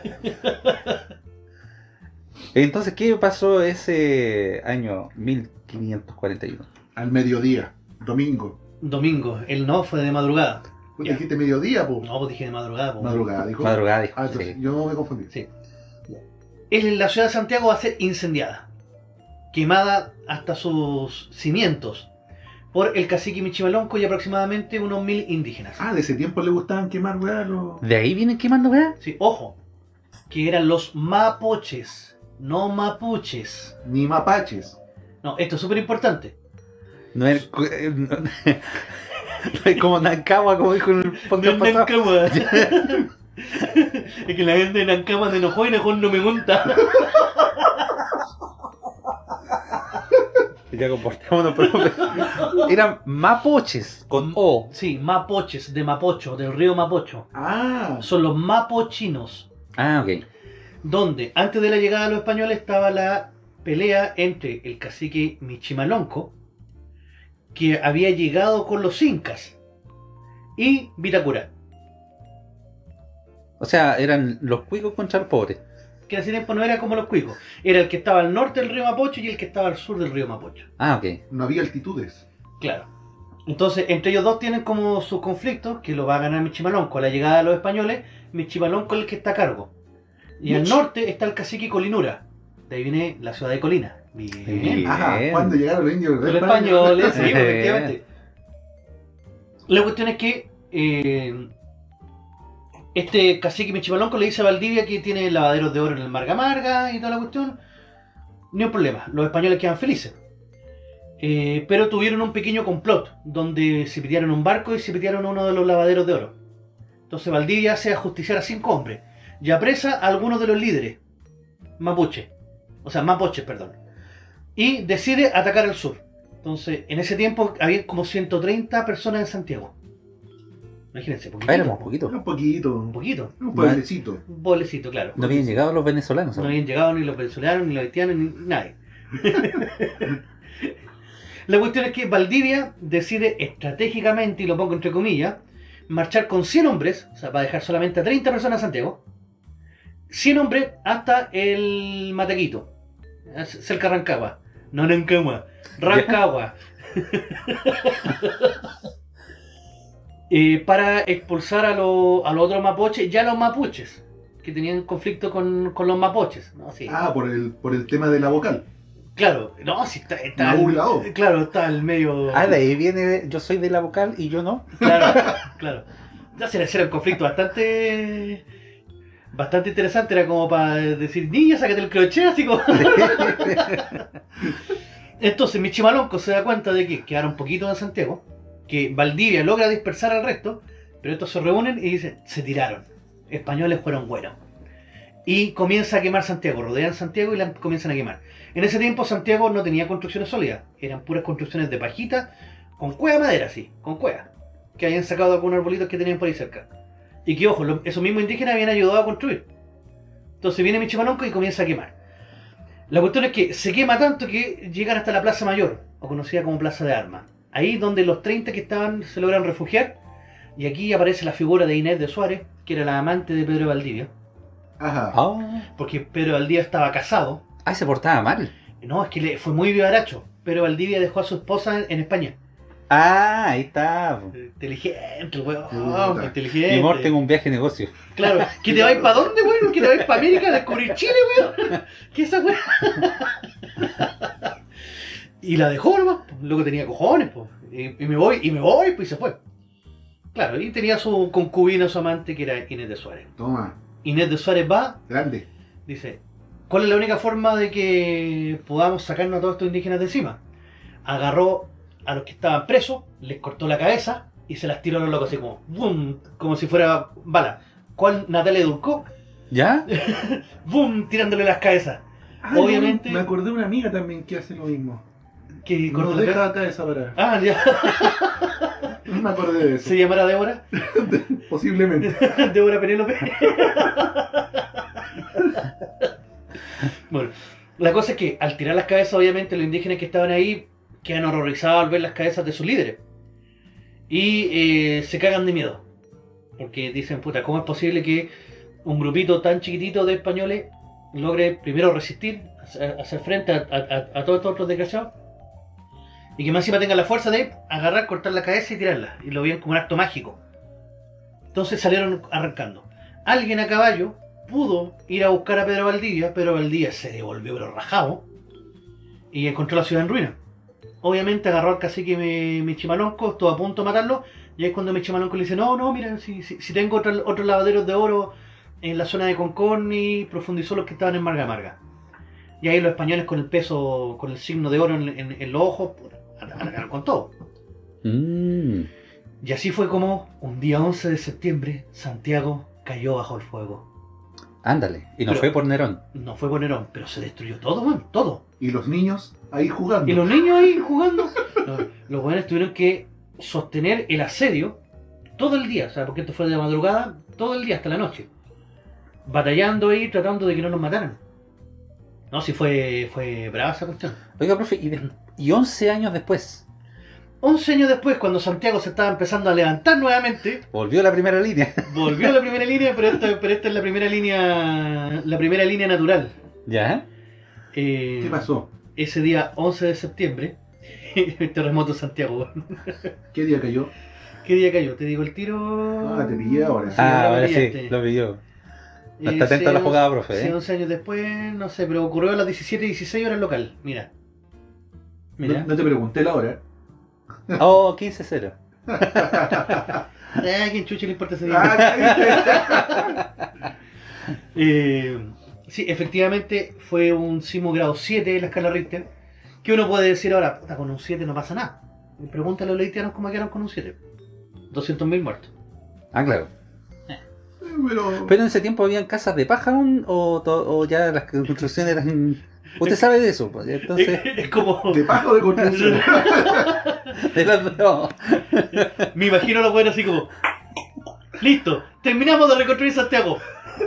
Entonces, ¿qué pasó ese año mil quinientos cuarenta y uno? Al mediodía, domingo. Domingo, el no fue de madrugada. ¿Tú Ya. dijiste mediodía, po? No, pues dije de madrugada. pues. Madrugada, dijo. Madrugada, dijo. Ah, entonces, Sí. yo me confundí. Sí. El- la ciudad de Santiago va a ser incendiada, quemada hasta sus cimientos por el cacique Michimalonco y aproximadamente unos mil indígenas. Ah, de ese tiempo le gustaban quemar, weá, los... ¿De ahí vienen quemando, weá? Sí, ojo, que eran los mapoches, no mapuches. Ni mapaches. No, esto es súper importante. No es, eh, no, no es como Nancagua, como dijo en el podcast No es pasado. Nancagua. Es que la gente de Nancagua se enojó y mejor no me monta. Ya comportémonos, profe. Eran mapoches con O. Sí, mapoches, de Mapocho, del río Mapocho. Ah, Son los mapochinos, Ah, ok. donde antes de la llegada de los españoles estaba la pelea entre el cacique Michimalonco, que había llegado con los incas, y Vitacura, O sea, eran los cuicos contra los pobres. que en ese tiempo no era como los cuicos, era el que estaba al norte del río Mapocho y el que estaba al sur del río Mapocho. Ah, ok. no había altitudes. Claro. Entonces, entre ellos dos tienen como sus conflictos, que lo va a ganar Michimalonco. A la llegada de los españoles, Michimalonco es el que está a cargo. Y al Mich- norte está el cacique Colinura. De ahí viene la ciudad de Colina. Bien. Bien. Ajá, cuando llegaron los indios Los de españoles, sí, Bien. efectivamente. La cuestión es que eh, este cacique Michimalonco le dice a Valdivia que tiene lavaderos de oro en el Marga Marga y toda la cuestión. Ni un problema, los españoles quedan felices. Eh, pero tuvieron un pequeño complot donde se pidieron un barco y se pidieron uno de los lavaderos de oro. Entonces Valdivia hace ajusticiar a cinco hombres y apresa a algunos de los líderes mapuche, o sea, mapoches, perdón, y decide atacar al sur. Entonces, en ese tiempo había como ciento treinta personas en Santiago. Imagínense, poquitito, Ah, éramos poquitos. Un poquito. un poquito, Un pueblecito. un pueblecito, claro. No habían llegado los venezolanos. No ¿sabes? habían llegado ni los venezolanos, ni los haitianos, ni nadie. La cuestión es que Valdivia decide estratégicamente, y lo pongo entre comillas, marchar con cien hombres, o sea, para dejar solamente a treinta personas en Santiago, cien hombres hasta el Matequito, cerca de Rancagua. No Rancagua, Rancagua. Eh, para expulsar a, lo- a los otros mapoches y a los mapuches, que tenían conflicto con, con los mapoches. ¿No? Sí. Ah, por el, por el tema de la vocal. Claro, no, si está, está La al- U y la O. claro, está al medio. Ah, de ahí viene, yo soy de la vocal y yo no. Claro, claro. Ya se le hacía un conflicto bastante bastante interesante, era como para decir, niña, sácate el crochet, así como. Entonces Michimalonco se da cuenta de que quedaron poquitos en Santiago, que Valdivia logra dispersar al resto, pero estos se reúnen y dicen, se tiraron, españoles fueron buenos. Y comienza a quemar Santiago, rodean Santiago y la comienzan a quemar. En ese tiempo Santiago no tenía construcciones sólidas, eran puras construcciones de pajita, con cueva de madera, sí, con cueva, que habían sacado algunos arbolitos que tenían por ahí cerca. Y que, ojo, lo- esos mismos indígenas habían ayudado a construir. Entonces viene Michimalonco y comienza a quemar. La cuestión es que se quema tanto que llegan hasta la Plaza Mayor, o conocida como Plaza de Armas. Ahí donde los treinta que estaban se logran refugiar, y aquí aparece la figura de Inés de Suárez, que era la amante de Pedro de Valdivia, Ajá. Ah, porque Pedro de Valdivia estaba casado. ah, se portaba mal. No, es que le fue muy vivaracho. Pedro de Valdivia dejó a su esposa en España. Ah, ahí está. Po. Inteligente, el weón, Puta. inteligente. Mi amor, tengo un viaje de negocio. Claro, ¿que te vais para dónde, weón? ¿Que te vais para América a descubrir Chile, weón? ¿Qué es esa weón? Y la dejó nomás, pues, luego tenía cojones, pues. Y, y me voy, y me voy, pues y se fue. Claro, y tenía su concubina, su amante, que era Inés de Suárez. Toma, Inés de Suárez va, grande. dice, ¿cuál es la única forma de que podamos sacarnos a todos estos indígenas de encima? Agarró a los que estaban presos, les cortó la cabeza y se las tiró a los locos así como, ¡bum! Como si fuera bala. ¿Cuál Natalia Durcó? ¿Ya? ¡Bum! Tirándole las cabezas. Ay, Obviamente- Me acordé de una amiga también que hace lo mismo. Que No cortó la deja cabeza. acá esa parada. Ah, ya. No me acordé de eso. ¿Se llamará Débora? Posiblemente. Débora Penélope. Bueno, la cosa es que al tirar las cabezas, obviamente los indígenas que estaban ahí quedan horrorizados al ver las cabezas de sus líderes. Y eh, se cagan de miedo. Porque dicen, puta, ¿cómo es posible que un grupito tan chiquitito de españoles logre primero resistir, hacer hacer frente a, a- a- a todos estos otros desgraciados? Y que más encima tengan la fuerza de agarrar, cortar la cabeza y tirarla. Y lo veían como un acto mágico. Entonces salieron arrancando. Alguien a caballo pudo ir a buscar a Pedro Valdivia. Pedro Valdivia se devolvió pero rajado. Y encontró la ciudad en ruina. Obviamente agarró al cacique Mi- Michimalonco, estuvo a punto de matarlo. Y ahí es cuando Michimalonco le dice, no, no, mira, si, si, si tengo otro- otros lavaderos de oro en la zona de Concorni, profundizó los que estaban en Marga Marga. Y ahí los españoles con el peso, con el signo de oro en, en- en los ojos, puta, arrancaron con todo. Mm. Y así fue como un día once de septiembre Santiago cayó bajo el fuego. Ándale. Y no Pero- fue por Nerón. No fue por Nerón, pero se destruyó todo, man, todo. Y los niños ahí jugando. Y los niños ahí jugando. No, los buenos tuvieron que sostener el asedio todo el día, o sea, porque esto fue de madrugada, todo el día hasta la noche. Batallando ahí, tratando de que no los mataran. No, sí fue, fue brava esa cuestión. Oiga, profe, y, de- y once años después, once años después, cuando Santiago se estaba empezando a levantar nuevamente, volvió a la primera línea. volvió a la primera línea, pero esta, pero esta es la primera línea, la primera línea natural. ¿Ya? Eh, ¿Qué pasó? Ese día once de septiembre, terremoto en Santiago. ¿Qué día cayó? ¿Qué día cayó? Te digo el tiro. Ah, te pillé ahora. Sí, Ah, lo ahora sí, pillaste. lo pilló. No Eh, está atento a la sí, jugada, profe, Sí, ¿eh? once años después, no sé, pero ocurrió a las diecisiete y dieciséis horas local. Mira. Mira. No, no te pregunté la hora. Oh, quince cero. Ah, ¿a quién chucha le importa ese día? Ah, Eh, sí, efectivamente fue un sismo grado siete en la escala Richter. Que uno puede decir ahora, puta, con un siete no pasa nada. Y pregúntale a los haitianos cómo quedaron con un siete. doscientos mil muertos. Ah, claro. pero... Pero en ese tiempo habían casas de paja aún, o, to- o ya las construcciones eran... Usted sabe de eso, pues, entonces... Es como. ¿De paja o de construcción? de las dos. Me imagino a los buenos así como. Listo, terminamos de reconstruir Santiago.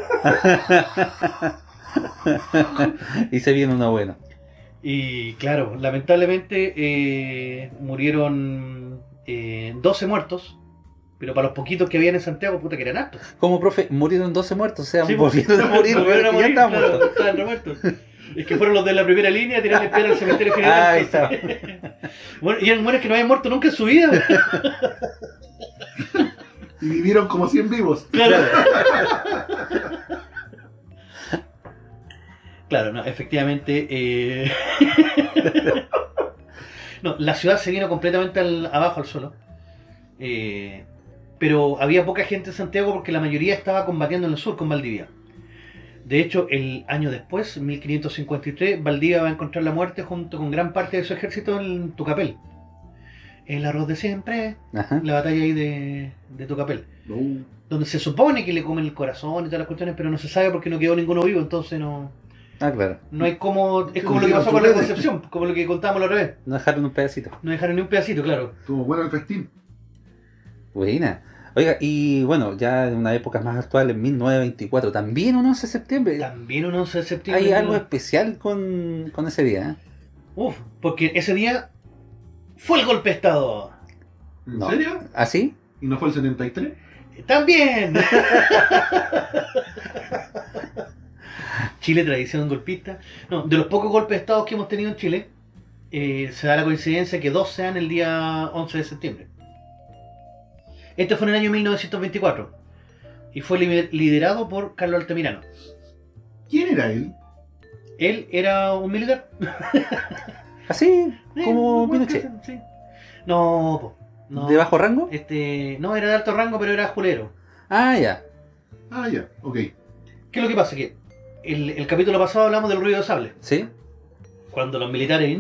Y se viene uno bueno. Y claro, lamentablemente eh, murieron eh, doce muertos. Pero para los poquitos que habían en Santiago, puta que eran hartos. Como profe, murieron doce muertos, o sea, Sí, volvieron a morir, volvieron a ya morir, estaban claro, muertos. estaban muertos. Es que fueron los de la primera línea a tirarle piedra al cementerio general. Ah, ahí entonces- Bueno, y eran mujeres que no habían muerto nunca en su vida. Y vivieron como cien vivos. Claro. Claro, no, efectivamente. eh, No, la ciudad se vino completamente al- abajo al suelo. Eh, pero había poca gente en Santiago porque la mayoría estaba combatiendo en el sur con Valdivia. De hecho, el año después, mil quinientos cincuenta y tres, Valdivia va a encontrar la muerte junto con gran parte de su ejército en Tucapel. El arroz de siempre, Ajá. la batalla ahí de, de Tucapel. No. Donde se supone que le comen el corazón y todas las cuestiones, pero no se sabe porque no quedó ninguno vivo, entonces no, Ah, claro. no hay como... Es Sí, como lo sí, que pasó con la chupete. Concepción, como lo que contábamos la otra vez. No dejaron un pedacito. No dejaron ni un pedacito, claro. Estuvo bueno el festín. Buena. Oiga, y bueno, ya en una época más actual, en mil novecientos veinticuatro, también un once de septiembre. También un once de septiembre. Hay algo especial con, con ese día, ¿eh? Uf, porque ese día fue el golpe de Estado. ¿En No. serio? ¿Así? ¿Y no fue el setenta y tres? ¡También! Chile, tradición golpista. No, de los pocos golpes de Estado que hemos tenido en Chile, eh, se da la coincidencia que dos sean el día once de septiembre. Este fue en el año mil novecientos veinticuatro y fue li- liderado por Carlos Altamirano. ¿Quién era él? Él era un militar. Así como Sí, Pinochet. sí. No, po, no. ¿De bajo rango? Este, no, era de alto rango, pero era julero. Ah, ya. Ah, ya, ok. ¿Qué es lo que pasa? Que el, el capítulo pasado hablamos del ruido de sable. ¿Sí? Cuando los militares...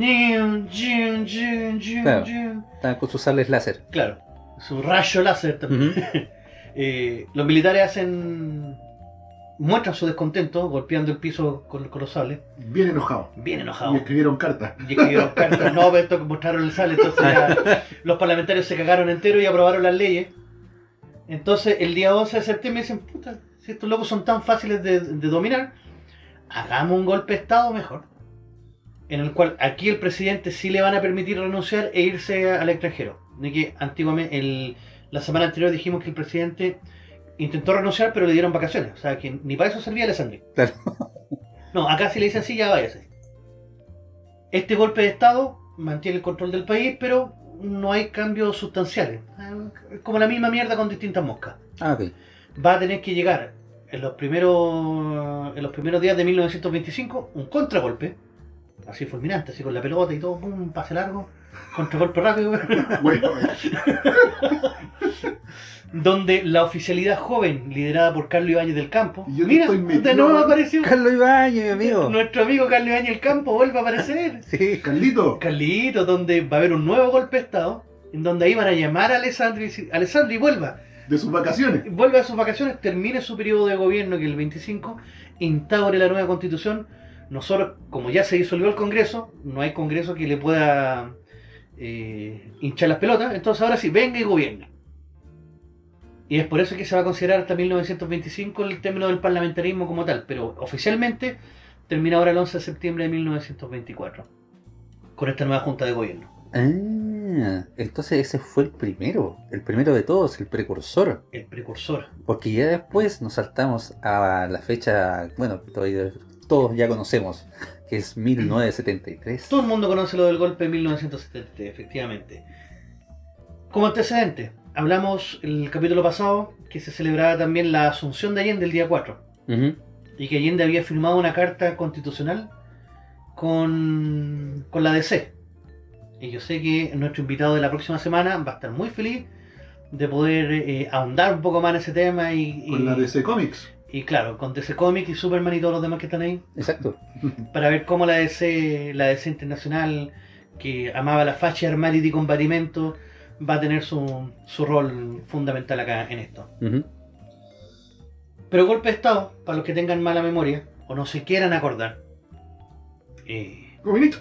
Claro. Estaban con sus sables láser. Claro, su rayo láser también. Ujú. Eh, los militares hacen... muestran su descontento golpeando el piso con, con los sables. Bien enojado. Bien Y enojados. escribieron cartas. Y escribieron cartas. No, pero esto que mostraron el sable. Entonces ya los parlamentarios se cagaron entero y aprobaron las leyes. Entonces el día once de septiembre dicen, puta, si estos locos son tan fáciles de, de dominar, hagamos un golpe de estado mejor. En el cual aquí el presidente sí le van a permitir renunciar e irse al extranjero. De que antiguamente, el, la semana anterior dijimos que el presidente intentó renunciar pero le dieron vacaciones. O sea que ni para eso servía Alessandri. Claro. No, acá sí le dicen sí, ya váyase. Este golpe de estado mantiene el control del país, pero no hay cambios sustanciales. Es como la misma mierda con distintas moscas. Ah, ok. Va a tener que llegar en los primeros en los primeros días de mil novecientos veinticinco un contragolpe, así fulminante, así con la pelota y todo, pum, pase largo, contragolpe rápido, Bueno, donde la oficialidad joven, liderada por Carlos Ibáñez del Campo, Yo no mira, estoy metido. de nuevo apareció Carlos Ibáñez, mi amigo. nuestro amigo Carlos Ibáñez del Campo, vuelve a aparecer. Sí. Carlito. Carlito, donde va a haber un nuevo golpe de estado, en donde ahí van a llamar a Alessandri y decir, Alessandri, vuelva. De sus vacaciones. Vuelve a sus vacaciones, termine su periodo de gobierno, que es el veinticinco, instaure la nueva constitución. Nosotros, como ya se disolvió el Congreso, no hay Congreso que le pueda eh, hinchar las pelotas, entonces ahora sí, venga y gobierne. Y es por eso que se va a considerar hasta mil novecientos veinticinco el término del parlamentarismo como tal, pero oficialmente termina ahora el once de septiembre de mil novecientos veinticuatro, con esta nueva junta de gobierno. Ah, entonces ese fue el primero, el primero de todos, el precursor. El precursor. Porque ya después nos saltamos a la fecha, bueno, todavía todos ya conocemos, que es mil novecientos setenta y tres. Todo el mundo conoce lo del golpe de mil novecientos setenta, efectivamente. Como antecedente, hablamos el capítulo pasado que se celebraba también la asunción de Allende el día cuatro. Ujú. Y que Allende había firmado una carta constitucional con, con la D C. Y yo sé que nuestro invitado de la próxima semana va a estar muy feliz de poder eh, ahondar un poco más en ese tema y, y, Con la D C Comics. y claro, con D C Comics y Superman y todos los demás que están ahí, Exacto. para ver cómo la D C, la D C internacional, que amaba la facha, armarity y combatimento, va a tener su, su rol fundamental acá en esto. Ujú. Pero golpe de estado, para los que tengan mala memoria o no se quieran acordar, eh, Comunista.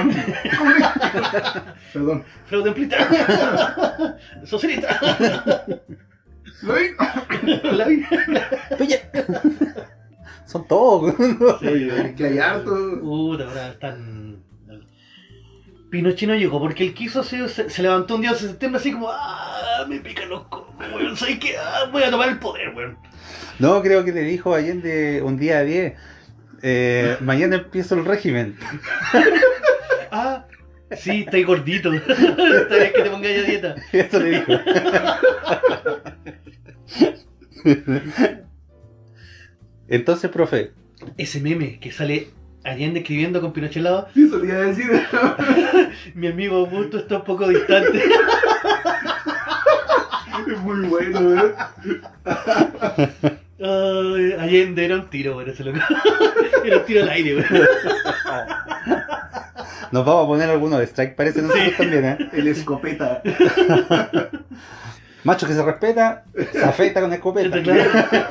Perdón. fraudeplita, socialista, ¿Lo vi? la vida. Oye, son todos. Oye, que hay harto. Puta, ahora están. Pinochet no llegó porque él quiso, se, se, se levantó un día de septiembre así como, ah, me pican los cocos, weón, ¿sabes qué? Ah, voy a tomar el poder, weón. No, creo que le dijo Allende un día a diez, eh, mañana empiezo el régimen. Ah, sí, estáis gordito. Está bien que te pongáis a dieta. Eso le dijo. Entonces, profe, Ese meme que sale Allende escribiendo con Pinochet al lado, Sí, eso te iba a decir. mi amigo Augusto está un poco distante. Es muy bueno, ¿eh? Ay, Allende era un tiro, weón, ese loco. Era un tiro al aire, weón. nos vamos a poner algunos de strike, parece nosotros Sí. también, ¿eh? El escopeta. Macho que se respeta, se afecta con escopeta. Claro.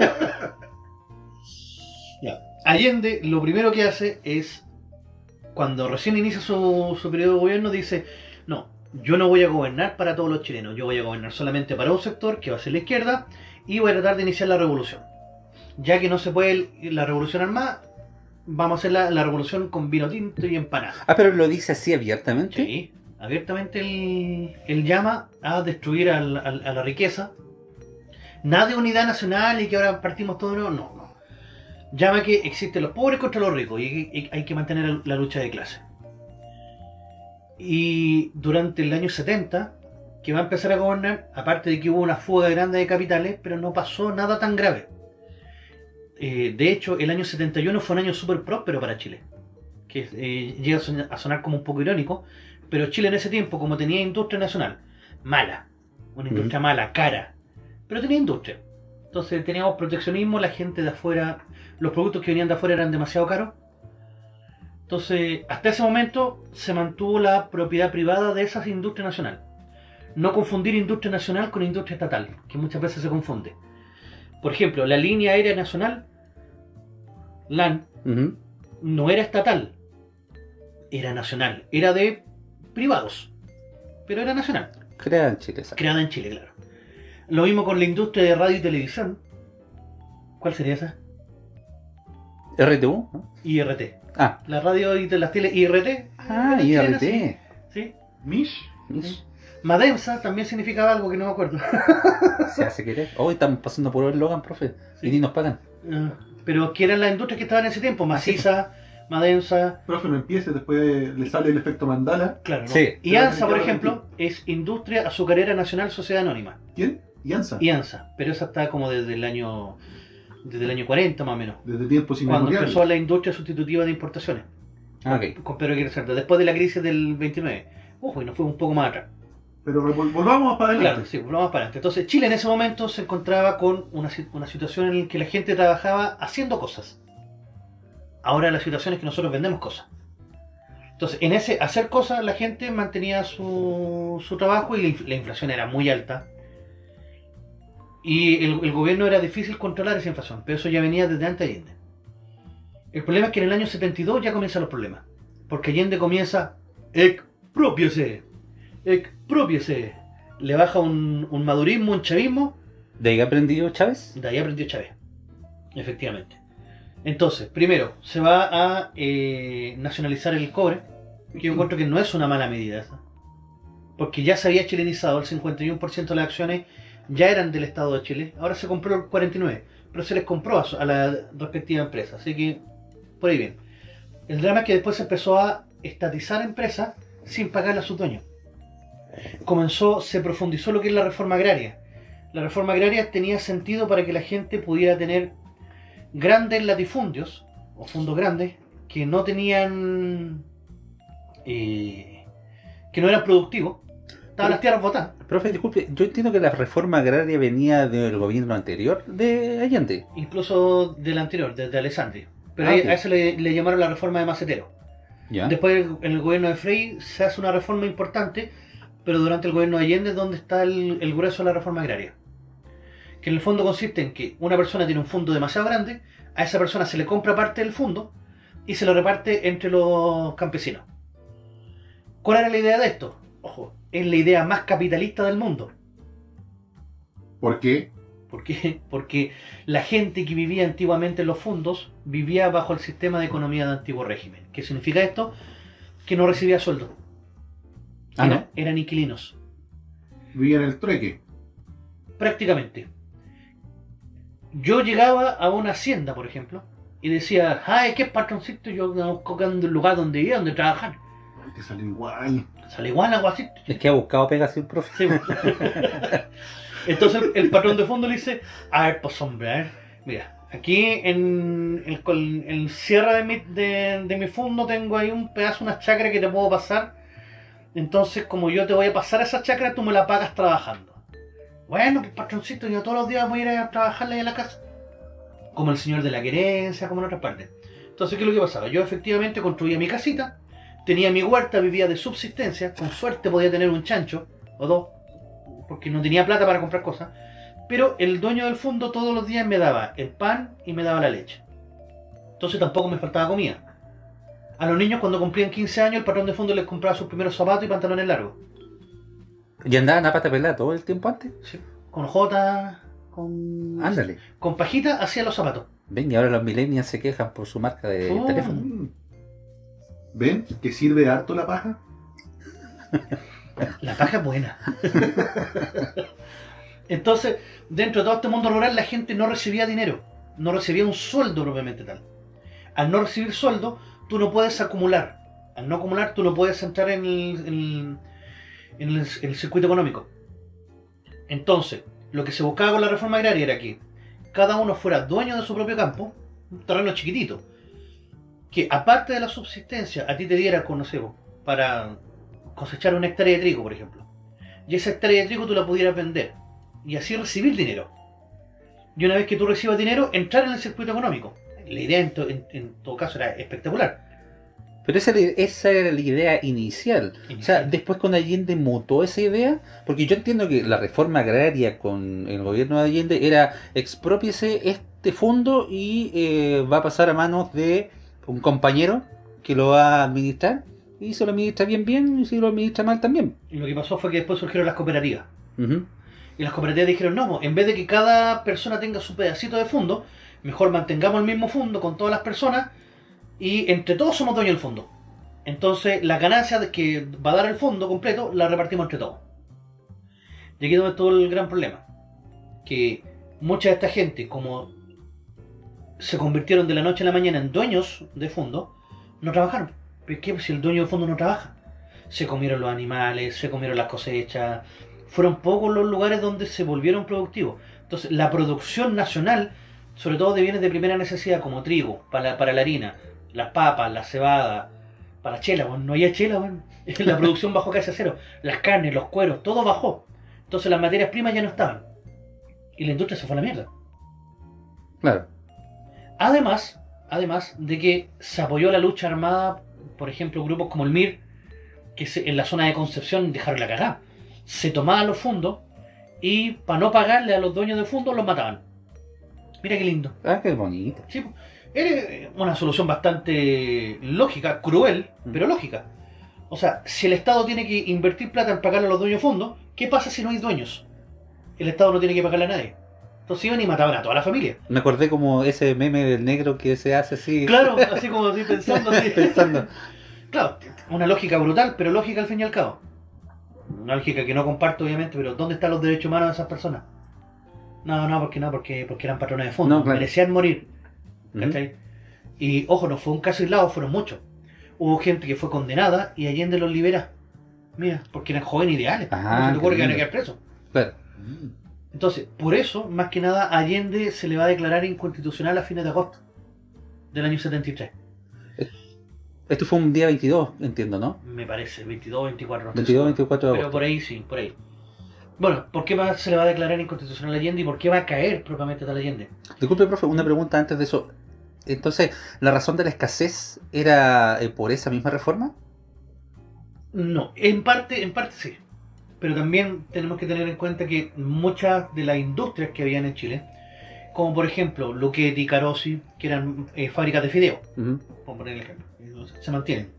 Ya. Allende lo primero que hace es, cuando recién inicia su, su periodo de gobierno, dice, no, yo no voy a gobernar para todos los chilenos, yo voy a gobernar solamente para un sector, que va a ser la izquierda, y voy a tratar de iniciar la revolución. Ya que no se puede la revolución armada, vamos a hacer la, la revolución con vino tinto y empanada. Ah, pero lo dice así abiertamente. Sí, abiertamente él, él llama a destruir al- al- a la riqueza. Nada de unidad nacional y que ahora partimos todos, no, no. no. Llama que existen los pobres contra los ricos y, y hay que mantener la lucha de clase. Y durante el año setenta, que va a empezar a gobernar, aparte de que hubo una fuga grande de capitales, pero no pasó nada tan grave. Eh, de hecho, el año setenta y uno fue un año súper próspero para Chile, que eh, llega a sonar, a sonar como un poco irónico, pero Chile en ese tiempo, como tenía industria nacional, mala, una industria mm. mala, cara, pero tenía industria. Entonces teníamos proteccionismo, la gente de afuera, los productos que venían de afuera eran demasiado caros. Entonces, hasta ese momento se mantuvo la propiedad privada de esas industrias nacionales. No confundir industria nacional con industria estatal, que muchas veces se confunde. Por ejemplo, la línea aérea nacional, LAN, uh-huh. no era estatal, era nacional, era de privados, pero era nacional. Creada en Chile, ¿sabes? Creada en Chile, claro. Lo mismo con la industria de radio y televisión. ¿Cuál sería esa? R T U, ¿no? I R T. Ah. La radio y las tele I R T. Ah, I R T. Sí. Mish. Mish. Madensa también significaba algo que no me acuerdo. Se hace querer. Hoy estamos pasando por el Logan, profe. Sí. Y ni nos pagan. Uh, pero que eran las industrias que estaban en ese tiempo. Maciza, Madensa. Profe, no empiece, después le sale el efecto mandala. Claro, ¿no? Sí. Y ANSA, por ejemplo, es Industria Azucarera Nacional Sociedad Anónima. ¿Quién? ¿Y ANSA? Y ANSA. Pero esa está como desde el año... Desde el año cuarenta más o menos. Desde tiempos inmemoriales. Cuando empezó la industria sustitutiva de importaciones. Ah, ok. Con Pedro Aguirre Cerda. Después de la crisis del veintinueve. Ojo, y nos fuimos un poco más atrás. Pero volvamos para adelante. Claro, sí, volvamos para adelante. Entonces, Chile en ese momento se encontraba con una, una situación en la que la gente trabajaba haciendo cosas. Ahora la situación es que nosotros vendemos cosas. Entonces, en ese hacer cosas, la gente mantenía su, su trabajo y la, inf la inflación era muy alta. Y el, el gobierno era difícil controlar esa inflación, pero eso ya venía desde antes de Allende. El problema es que en el año setenta y dos ya comienzan los problemas. Porque Allende comienza, expropiese, expropiese. Le baja un, un madurismo, un chavismo. ¿De ahí aprendió Chávez? De ahí aprendió Chávez, efectivamente. Entonces, primero, se va a eh, nacionalizar el cobre, que yo encuentro que no es una mala medida esa. Porque ya se había chilenizado, el cincuenta y uno por ciento de las acciones ya eran del Estado de Chile, ahora se compró el cuarenta y nueve por ciento, pero se les compró a, a la respectiva empresa, así que por ahí bien. El drama es que después se empezó a estatizar empresas sin pagarle a sus dueños. Comenzó, se profundizó lo que es la reforma agraria. La reforma agraria tenía sentido para que la gente pudiera tener grandes latifundios, o fondos grandes, que no tenían, eh, que no eran productivos. Estaban las tierras botadas. Profe, disculpe, yo entiendo que la reforma agraria venía del gobierno anterior de Allende. Incluso del anterior, desde Alessandri. Pero ah, a, okay. a eso le, le llamaron la reforma de Macetero. ¿Ya? Después en el gobierno de Frei se hace una reforma importante, pero durante el gobierno de Allende es donde está el, el grueso de la reforma agraria. Que en el fondo consiste en que una persona tiene un fondo demasiado grande, a esa persona se le compra parte del fondo y se lo reparte entre los campesinos. ¿Cuál era la idea de esto? Ojo, es la idea más capitalista del mundo. ¿Por qué? ¿Por qué? Porque la gente que vivía antiguamente en los fondos vivía bajo el sistema de economía de antiguo régimen. ¿Qué significa esto? Que no recibía sueldo. Ah, Era, ¿no? Eran inquilinos. Vivían en el trueque. Prácticamente. Yo llegaba a una hacienda, por ejemplo, y decía, ay, qué patroncito, yo buscando un lugar donde ir, donde trabajar. Ay, te sale igual. Sale igual algo así. Es que ha buscado pegas el profe. Sí. Entonces el, el patrón de fondo le dice, a ver, pues hombre, a ver, mira, aquí en el, en el cierre de mi, de, de mi fondo tengo ahí un pedazo, una chacra que te puedo pasar. Entonces, como yo te voy a pasar esa chacra, tú me la pagas trabajando. Bueno, pues patroncito, yo todos los días voy a ir a trabajarle a la casa. Como el señor de la querencia, como en otras partes. Entonces, ¿qué es lo que pasaba? Yo efectivamente construía mi casita, tenía mi huerta, vivía de subsistencia, con suerte podía tener un chancho o dos, porque no tenía plata para comprar cosas, pero el dueño del fondo todos los días me daba el pan y me daba la leche. Entonces tampoco me faltaba comida. A los niños cuando cumplían quince años el patrón de fondo les compraba sus primeros zapatos y pantalones largos. ¿Y andaban a pata pelada todo el tiempo antes? Sí. Con jota, con... Ándale. Con pajita hacía los zapatos. Ven, y ahora los millennials se quejan por su marca de Oh. teléfono. ¿Ven que sirve harto la paja? La paja es buena. Entonces, dentro de todo este mundo rural la gente no recibía dinero, no recibía un sueldo propiamente tal. Al no recibir sueldo, tú no puedes acumular. al no acumular tú no puedes entrar en el, en, en el, en el circuito económico. Entonces, lo que se buscaba con la reforma agraria era que cada uno fuera dueño de su propio campo, un terreno chiquitito, que aparte de la subsistencia a ti te diera, con, no sé, para cosechar una hectárea de trigo, por ejemplo, y esa hectárea de trigo tú la pudieras vender y así recibir dinero. Y una vez que tú recibas dinero, entrar en el circuito económico. La idea en, to, en, en todo caso era espectacular. Pero esa, esa era la idea inicial. Inicial. O sea, después con Allende mutó esa idea, porque yo entiendo que la reforma agraria con el gobierno de Allende era expropiese este fondo y eh, va a pasar a manos de un compañero que lo va a administrar, y si lo administra bien, bien, y si lo administra mal también. Y lo que pasó fue que después surgieron las cooperativas. Uh-huh. Y las cooperativas dijeron, no, en vez de que cada persona tenga su pedacito de fondo, mejor mantengamos el mismo fondo con todas las personas y entre todos somos dueños del fondo. Entonces la ganancia que va a dar el fondo completo la repartimos entre todos. Y aquí es donde todo el gran problema. Que mucha de esta gente, como se convirtieron de la noche a la mañana en dueños de fondo, no trabajaron. ¿Pero qué? Si el dueño de fondo no trabaja. Se comieron los animales, se comieron las cosechas. Fueron pocos los lugares donde se volvieron productivos. Entonces la producción nacional, sobre todo de bienes de primera necesidad como trigo, para la, para la harina, las papas, la cebada, para la chela, bueno, no había chela, bueno. La producción bajó casi a cero. Las carnes, los cueros, todo bajó. Entonces las materias primas ya no estaban. Y la industria se fue a la mierda. Claro. Además, además de que se apoyó la lucha armada, por ejemplo, grupos como el M I R, que se, en la zona de Concepción dejaron la cagada. Se tomaban los fondos y para no pagarle a los dueños de fondos los mataban. Mira qué lindo. Ah, qué bonito. Sí, era una solución bastante lógica, cruel, Mm. pero lógica. O sea, si el Estado tiene que invertir plata en pagarle a los dueños de fondos, ¿qué pasa si no hay dueños? El Estado no tiene que pagarle a nadie. Entonces iban y mataban a toda la familia. Me acordé como ese meme del negro que se hace así. Claro, así como así pensando. Así. Pensando. Claro, una lógica brutal, pero lógica al fin y al cabo. Una lógica que no comparto, obviamente, pero ¿dónde están los derechos humanos de esas personas? No, no, porque no, porque, porque eran patrones de fondos, No, claro. merecían morir. ¿Cachai? Uh-huh. Y ojo, no fue un caso aislado, fueron muchos. Hubo gente que fue condenada y Allende los libera. Mira, porque eran jóvenes ideales. Ah, ¿Cómo se te ocurre qué que van a lindo. quedar presos? Claro. Entonces, por eso, más que nada, a Allende se le va a declarar inconstitucional a fines de agosto del año setenta y tres. Esto fue un día veintidós, entiendo, ¿no? Me parece, veintidós, veinticuatro. No estoy veintidós, seguro. veinticuatro de Pero agosto. por ahí sí, por ahí. Bueno, ¿por qué más se le va a declarar inconstitucional a Allende y por qué va a caer propiamente tal Allende? Disculpe, profe, una pregunta antes de eso. Entonces, ¿la razón de la escasez era eh, por esa misma reforma? No, en parte, en parte sí. Pero también tenemos que tener en cuenta que muchas de las industrias que habían en Chile, como por ejemplo Luchetti, Carosi, que eran eh, fábricas de fideo, Uh-huh. por poner el ejemplo, se mantienen.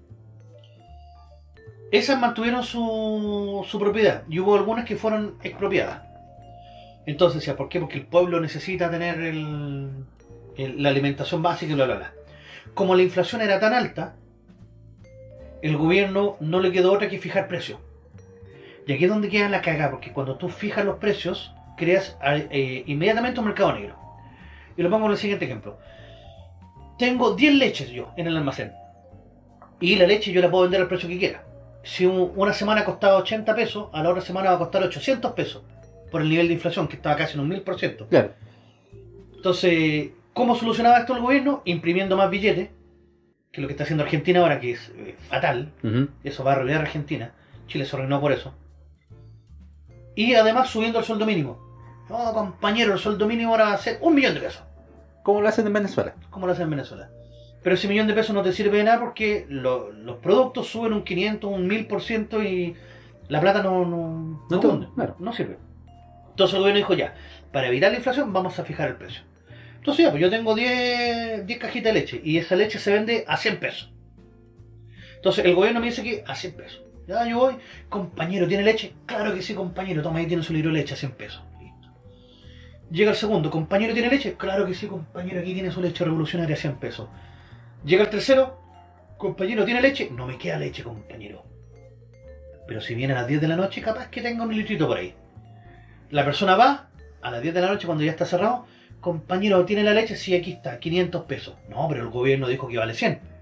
Esas mantuvieron su, su propiedad y hubo algunas que fueron expropiadas. Entonces, ¿ya por qué? Porque el pueblo necesita tener el, el- la alimentación básica y bla bla bla. Como la inflación era tan alta, el gobierno no le quedó otra que fijar precios. Y aquí es donde queda la cagada, porque cuando tú fijas los precios, creas eh, inmediatamente un mercado negro. Y lo pongo en el siguiente ejemplo. Tengo diez leches yo en el almacén. Y la leche yo la puedo vender al precio que quiera. Si un- una semana costaba ochenta pesos, a la otra semana va a costar ochocientos pesos. Por el nivel de inflación, que estaba casi en un mil por ciento. Claro. Entonces, ¿cómo solucionaba esto el gobierno? Imprimiendo más billetes, que es lo que está haciendo Argentina ahora, que es eh, fatal. Uh-huh. Eso va a arruinar a Argentina. Chile se arruinó por eso. Y además subiendo el sueldo mínimo. No, compañero, el sueldo mínimo ahora va a ser un millón de pesos. ¿Cómo lo hacen en Venezuela? Como lo hacen en Venezuela. Pero ese millón de pesos no te sirve de nada porque lo- los productos suben un quinientos, un mil por ciento y la plata no, no, No no te- hunde, claro. no sirve. Entonces el gobierno dijo ya, para evitar la inflación vamos a fijar el precio. Entonces ya, pues yo tengo diez, diez cajitas de leche y esa leche se vende a cien pesos. Entonces el gobierno me dice que a cien pesos. Ya yo voy, compañero, ¿tiene leche? Claro que sí, compañero, toma ahí tiene su litro de leche a cien pesos. Listo. Llega el segundo, compañero, ¿tiene leche? Claro que sí, compañero, aquí tiene su leche revolucionaria a cien pesos. Llega el tercero, compañero, ¿tiene leche? No me queda leche, compañero. Pero si viene a las diez de la noche, capaz que tenga un litrito por ahí. La persona va a las diez de la noche cuando ya está cerrado. Compañero, ¿tiene la leche? Sí, aquí está, quinientos pesos. No, pero el gobierno dijo que vale cien.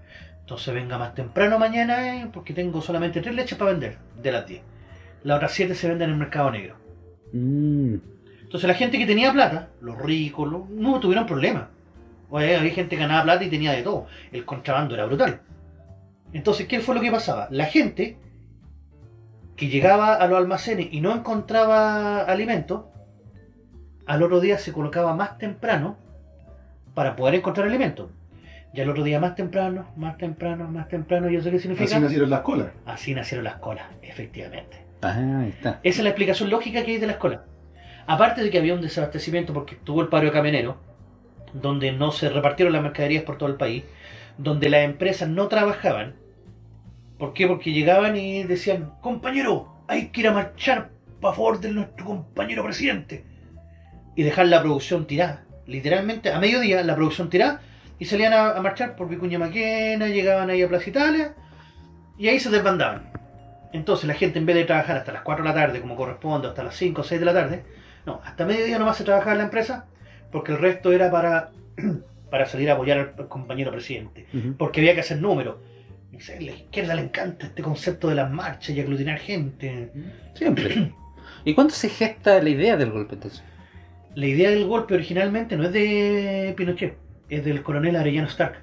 Entonces venga más temprano mañana, eh, porque tengo solamente tres leches para vender, de las diez. Las otras siete se venden en el mercado negro. Mm. Entonces la gente que tenía plata, los ricos, los, no tuvieron problemas. Oye, había gente que ganaba plata y tenía de todo. El contrabando era brutal. Entonces, ¿qué fue lo que pasaba? La gente que llegaba a los almacenes y no encontraba alimentos, al otro día se colocaba más temprano para poder encontrar alimentos. Y al otro día más temprano, más temprano, más temprano. ¿Y eso qué significa? Así nacieron las colas. Así nacieron las colas, efectivamente. Ah, ahí está. Esa es la explicación lógica que hay de las colas. Aparte de que había un desabastecimiento porque tuvo el paro de camioneros, donde no se repartieron las mercaderías por todo el país, donde las empresas no trabajaban. ¿Por qué? Porque llegaban y decían, compañero, hay que ir a marchar a favor de nuestro compañero presidente. Y dejar la producción tirada. Literalmente, a mediodía, la producción tirada, y salían a, a marchar por Vicuña Maquena, llegaban ahí a Plaza Italia, y ahí se desbandaban. Entonces la gente, en vez de trabajar hasta las cuatro de la tarde, como corresponde, hasta las cinco o seis de la tarde, no, hasta mediodía nomás se trabajaba en la empresa, porque el resto era para, para salir a apoyar al compañero presidente. Uh-huh. Porque había que hacer números. No sé, a la izquierda le encanta este concepto de las marchas y aglutinar gente. Siempre. ¿Y cuándo se gesta la idea del golpe entonces? La idea del golpe originalmente no es de Pinochet, es del coronel Arellano Stark.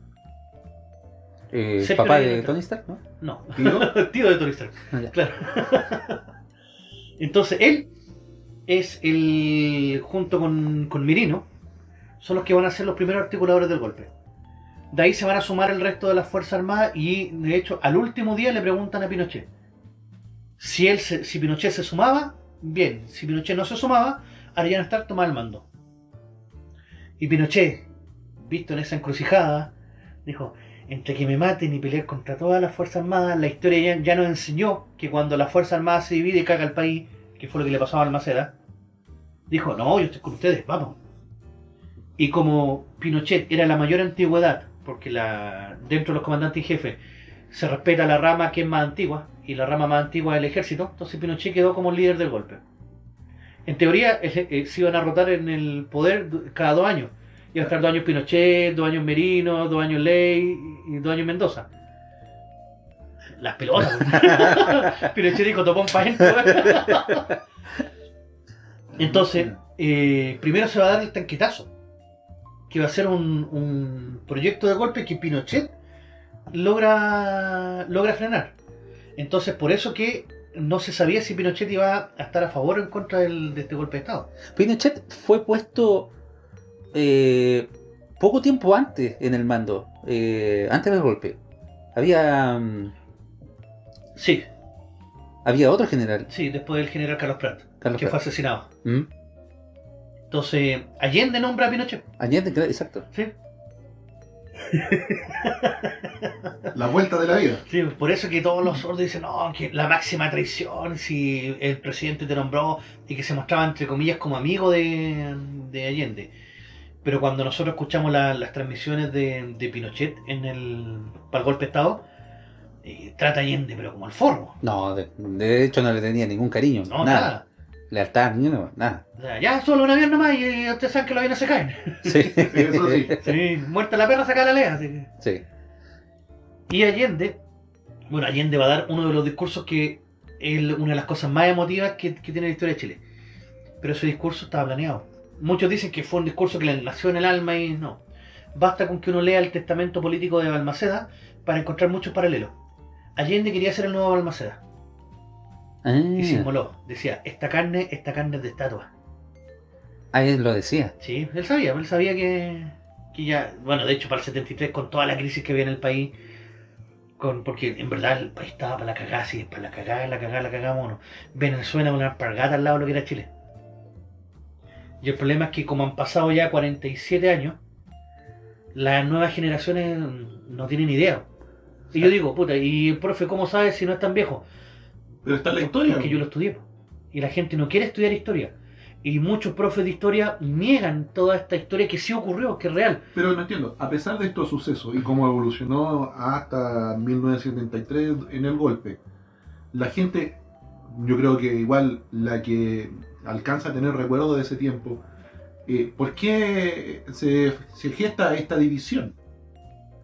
Eh, Sergio papá Arellano de Stark. Tony Stark, ¿no? No, ¿Tío? tío de Tony Stark. Ah, ya. Claro. Entonces él es el, junto con, con Mirino, son los que van a ser los primeros articuladores del golpe. De ahí se van a sumar el resto de las Fuerzas Armadas y, de hecho, al último día le preguntan a Pinochet. Si, él se, si Pinochet se sumaba, bien. Si Pinochet no se sumaba, Arellano Stark tomaba el mando. Y Pinochet, visto en esa encrucijada, dijo, entre que me maten y pelear contra todas las Fuerzas Armadas, la historia ya, ya nos enseñó que cuando la Fuerza Armada se divide y caga el país, que fue lo que le pasaba a Almaceda, dijo, no, yo estoy con ustedes, vamos. Y como Pinochet era la mayor antigüedad, porque la, dentro de los comandantes y jefes se respeta la rama que es más antigua, y la rama más antigua es el ejército, entonces Pinochet quedó como el líder del golpe. En teoría eh, eh, se iban a rotar en el poder cada dos años. Iba a estar dos años Pinochet, dos años Merino, dos años Ley y dos años Mendoza. Las pelotas. Pinochet dijo, topón pa' dentro. Entonces, eh, primero se va a dar el tanquetazo, que va a ser un, un proyecto de golpe que Pinochet logra, logra frenar. Entonces, por eso que no se sabía si Pinochet iba a estar a favor o en contra del, de este golpe de Estado. Pinochet fue puesto eh, poco tiempo antes en el mando, eh, antes del golpe. Había um, Sí, había otro general, sí, después del general Carlos Prat, Carlos que Prat. fue asesinado. ¿Mm? Entonces, Allende nombra a Pinochet. Allende, claro, exacto. Sí, La vuelta de la vida. sí, por eso que todos los sordos dicen, no, que la máxima traición, si el presidente te nombró, y que se mostraba entre comillas como amigo de, de Allende. Pero cuando nosotros escuchamos la, las transmisiones de, de Pinochet en el, para el golpe de Estado, eh, trata a Allende, pero como al forro. No, de, de hecho no le tenía ningún cariño, No, nada. nada. Lealtad, ni uno, nada. O sea, ya solo un avión nomás y eh, ustedes saben que los aviones se caen. Sí. Eso sí. Sí, muerta la perra, saca la lea. Así que... Sí. Y Allende, bueno, Allende va a dar uno de los discursos que es una de las cosas más emotivas que, que tiene la historia de Chile. Pero ese discurso estaba planeado. Muchos dicen que fue un discurso que le nació en el alma y no. Basta con que uno lea el testamento político de Balmaceda para encontrar muchos paralelos. Allende quería ser el nuevo Balmaceda. Ah, Y se inmoló. Decía, esta carne, esta carne es de estatua. ah, él lo decía. Sí, él sabía, él sabía que, que ya, bueno, de hecho para el setenta y tres, con toda la crisis que había en el país, con, porque en verdad el país estaba para la cagada, sí, para la cagada, la cagada, la cagada, mono. Venezuela una alpargata al lado de lo que era Chile. Y el problema es que como han pasado ya cuarenta y siete años, las nuevas generaciones no tienen idea. Y yo digo, puta, ¿y el profe cómo sabe si no es tan viejo? Pero está en la historia. Porque yo lo estudié. Y la gente no quiere estudiar historia. Y muchos profes de historia niegan toda esta historia que sí ocurrió, que es real. Pero no entiendo, a pesar de estos sucesos y cómo evolucionó hasta mil novecientos setenta y tres en el golpe, la gente, yo creo que igual la que alcanza a tener recuerdo de ese tiempo, eh, ¿por qué se, se gesta esta división?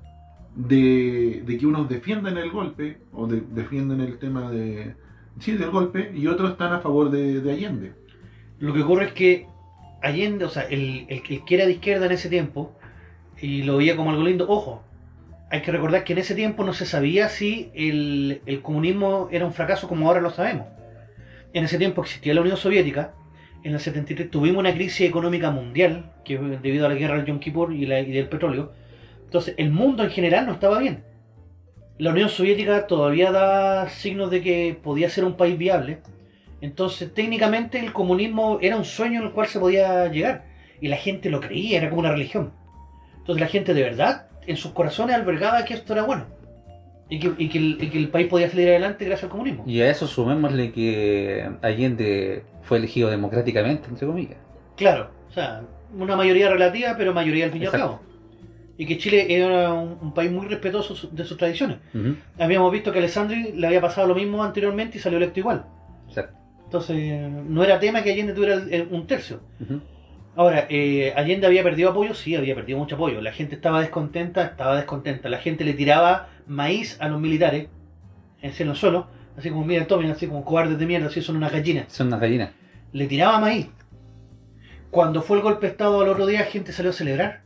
de, de que unos defienden el golpe, o de, defienden el tema de sí, del golpe, y otros están a favor de, de Allende. Lo que ocurre es que Allende, o sea, el, el, el que era de izquierda en ese tiempo, y lo veía como algo lindo, ojo, hay que recordar que en ese tiempo no se sabía si el, el comunismo era un fracaso como ahora lo sabemos. En ese tiempo existía la Unión Soviética, en el setenta y tres tuvimos una crisis económica mundial, que debido a la guerra del Yom Kippur y, la, y del petróleo. Entonces el mundo en general no estaba bien. La Unión Soviética todavía daba signos de que podía ser un país viable. Entonces técnicamente el comunismo era un sueño en el cual se podía llegar. Y la gente lo creía, era como una religión. Entonces la gente de verdad, en sus corazones albergaba que esto era bueno. Y que, y que, el, y que el país podía salir adelante gracias al comunismo. Y a eso sumémosle que Allende fue elegido democráticamente, entre comillas. Claro, o sea, una mayoría relativa, pero mayoría al fin y al Exacto. cabo. Y que Chile era un, un país muy respetuoso de sus tradiciones. Uh-huh. Habíamos visto que a Alessandri le había pasado lo mismo anteriormente y salió electo igual. Exacto. Entonces, no era tema que Allende tuviera el- el- un tercio. Uh-huh. Ahora, eh, Allende había perdido apoyo, sí, había perdido mucho apoyo. La gente estaba descontenta, estaba descontenta. La gente le tiraba maíz a los militares en el suelo, así como, mira, tomen, así como cobardes de mierda, así son unas gallinas. Son unas gallinas. Le tiraba maíz. Cuando fue el golpe de Estado al otro día, la gente salió a celebrar.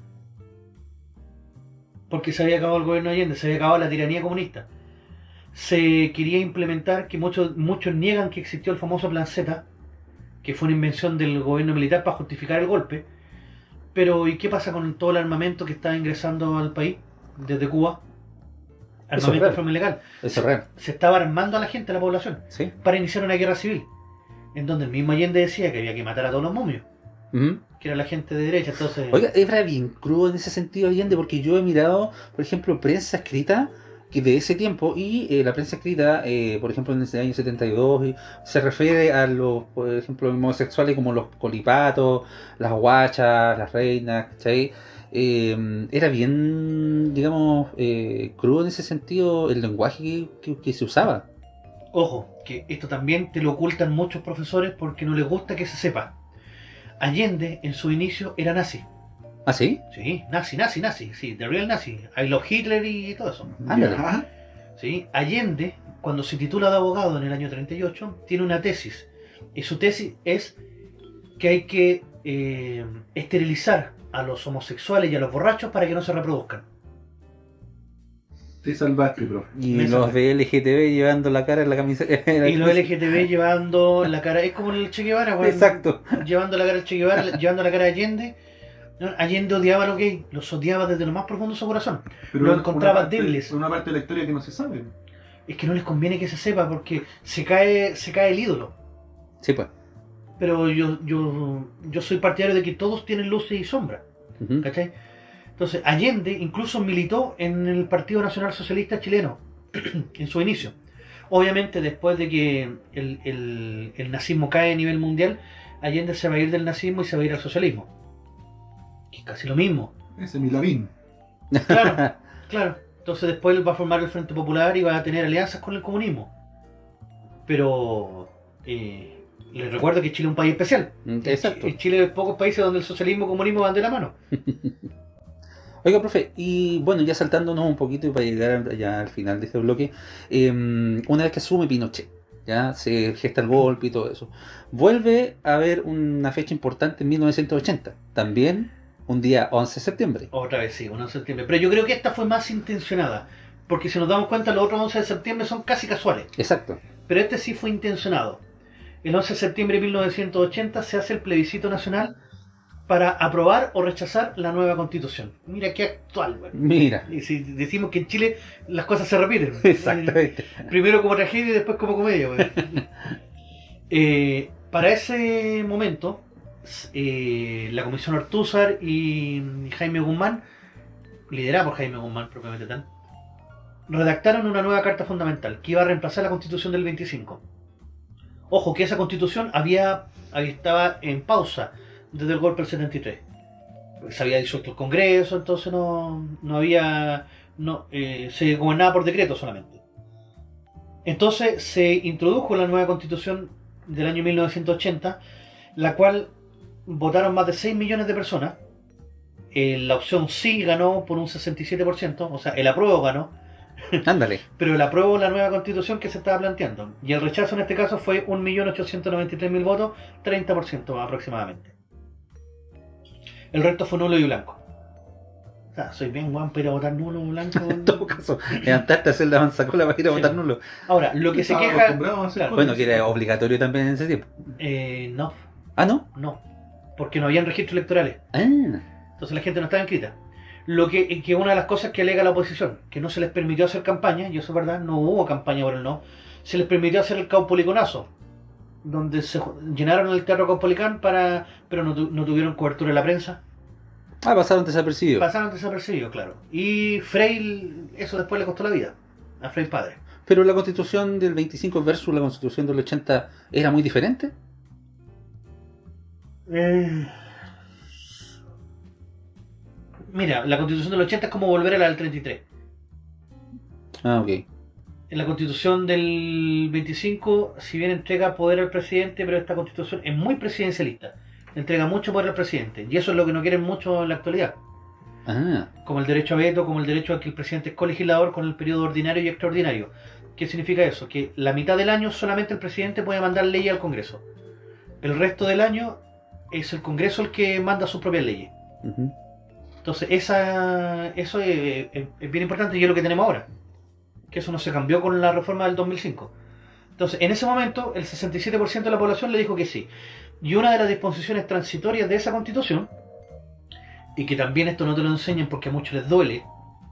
Porque se había acabado el gobierno de Allende, se había acabado la tiranía comunista. Se quería implementar, que muchos, muchos niegan que existió el famoso Plan Z, que fue una invención del gobierno militar para justificar el golpe. Pero, ¿y qué pasa con todo el armamento que está ingresando al país desde Cuba? Eso es Armamento de real. forma ilegal. Eso es real. Se estaba armando a la gente, a la población, Sí. para iniciar una guerra civil. En donde el mismo Allende decía que había que matar a todos los momios, Uh-huh. que era la gente de derecha. Entonces, Oiga, era bien crudo en ese sentido Allende, porque yo he mirado, por ejemplo, prensa escrita que de ese tiempo, y eh, la prensa escrita, eh, por ejemplo, en ese año setenta y dos, y se refiere a los, por ejemplo, homosexuales como los colipatos, las guachas, las reinas, ¿cachai? Eh, era bien, digamos, eh, crudo en ese sentido el lenguaje que, que- que se usaba. ojo, que esto también te lo ocultan muchos profesores porque no les gusta que se sepa. Allende, en su inicio, era nazi. ¿Ah, sí? Sí, nazi, nazi, nazi. Sí, the real nazi. I love Hitler y todo eso. Ándale. Ya. ¿Sí? Allende, cuando se titula de abogado en el año treinta y ocho, tiene una tesis. Y su tesis es que hay que eh, esterilizar a los homosexuales y a los borrachos para que no se reproduzcan. Te salvaste, profe. Y Me los salvé. de L G T B llevando la cara en la camiseta. Y los L G T B llevando la cara, es como el Che Guevara, weón. Exacto. Llevando la cara al Che Guevara, llevando la cara de Allende. No, Allende odiaba a los gays, los odiaba desde lo más profundo de su corazón. Pero Lo una encontraba parte- débiles. Una parte de la historia que no se sabe. Es que no les conviene que se sepa porque se cae, se cae el ídolo. Sí, pues. Pero yo, yo, yo soy partidario de que todos tienen luces y sombras. Ujú. ¿Cachai? Entonces, Allende incluso militó en el Partido Nacional Socialista Chileno en su inicio. Obviamente, después de que el, el, el nazismo cae a nivel mundial, Allende se va a ir del nazismo y se va a ir al socialismo. Que es casi lo mismo. Ese Milavín. Claro, claro. Entonces después él va a formar el Frente Popular y va a tener alianzas con el comunismo. Pero eh, les recuerdo que Chile es un país especial. Exacto. En Chile hay pocos países donde el socialismo y el comunismo van de la mano. Oiga, profe, y bueno, ya saltándonos un poquito y para llegar ya al final de este bloque, eh, una vez que asume Pinochet, ya se gesta el golpe y todo eso, vuelve a haber una fecha importante en mil novecientos ochenta, también un día once de septiembre. Otra vez sí, uno de septiembre. Pero yo creo que esta fue más intencionada. Porque si nos damos cuenta, los otros once de septiembre son casi casuales. Exacto. Pero este sí fue intencionado. El once de septiembre de mil novecientos ochenta se hace el plebiscito nacional para aprobar o rechazar la nueva constitución. Mira qué actual, güey. Mira. Y si decimos que en Chile las cosas se repiten. Exactamente. Primero como tragedia y después como comedia, güey. eh, para ese momento, eh, la Comisión Ortúzar y Jaime Guzmán, liderada por Jaime Guzmán propiamente tal, redactaron una nueva carta fundamental que iba a reemplazar la Constitución del veinticinco. Ojo, que esa Constitución había, había estaba en pausa desde el golpe del setenta y tres. Se había disuelto el Congreso, entonces no, no había... No, eh, se gobernaba por decreto solamente. Entonces se introdujo la nueva Constitución del año mil novecientos ochenta, la cual votaron más de seis millones de personas, eh, la opción sí ganó por un sesenta y siete por ciento, o sea, el apruebo ganó, Ándale. pero el apruebo la nueva constitución que se estaba planteando. Y el rechazo en este caso fue un millón ochocientos noventa y tres mil votos, treinta por ciento aproximadamente. El resto fue nulo y blanco. O sea, soy bien guan para ir a votar nulo o blanco. En todo caso, levantarte a hacer la manzacola para ir a Sí. votar nulo. Ahora, lo que se Estaba queja... acostumbrado a hacer Claro. cosas. Bueno, que era obligatorio también en ese tiempo. Eh, no, Ah, ¿no? no, porque no habían registros electorales. Ah, Entonces la gente no estaba inscrita. Lo que, que una de las cosas que alega la oposición, que no se les permitió hacer campaña, y eso es verdad, no hubo campaña por el no, se les permitió hacer el caupoliconazo, donde se ju- llenaron el teatro Caupolicán para, pero no, tu- no tuvieron cobertura en la prensa, ah, pasaron desapercibidos. pasaron desapercibidos, claro. Y Frey, eso después le costó la vida, a Frey padre. Pero la constitución del veinticinco versus la constitución del ochenta era muy diferente. Eh, Mira, la constitución del ochenta es como volver a la del treinta y tres. Ah, ok. En la constitución del veinticinco, si bien entrega poder al presidente, pero esta constitución es muy presidencialista. Entrega mucho poder al presidente. Y eso es lo que no quieren mucho en la actualidad. Ah, Como el derecho a veto, como el derecho a que el presidente es colegislador con el periodo ordinario y extraordinario. ¿Qué significa eso? Que la mitad del año solamente el presidente puede mandar leyes al Congreso. El resto del año es el Congreso el que manda sus propias leyes. ujú. Entonces, esa, eso es, es- es bien importante y es lo que tenemos ahora. Que eso no se cambió con la reforma del dos mil cinco. Entonces, en ese momento, el sesenta y siete por ciento de la población le dijo que sí. Y una de las disposiciones transitorias de esa constitución, y que también esto no te lo enseñan porque a muchos les duele,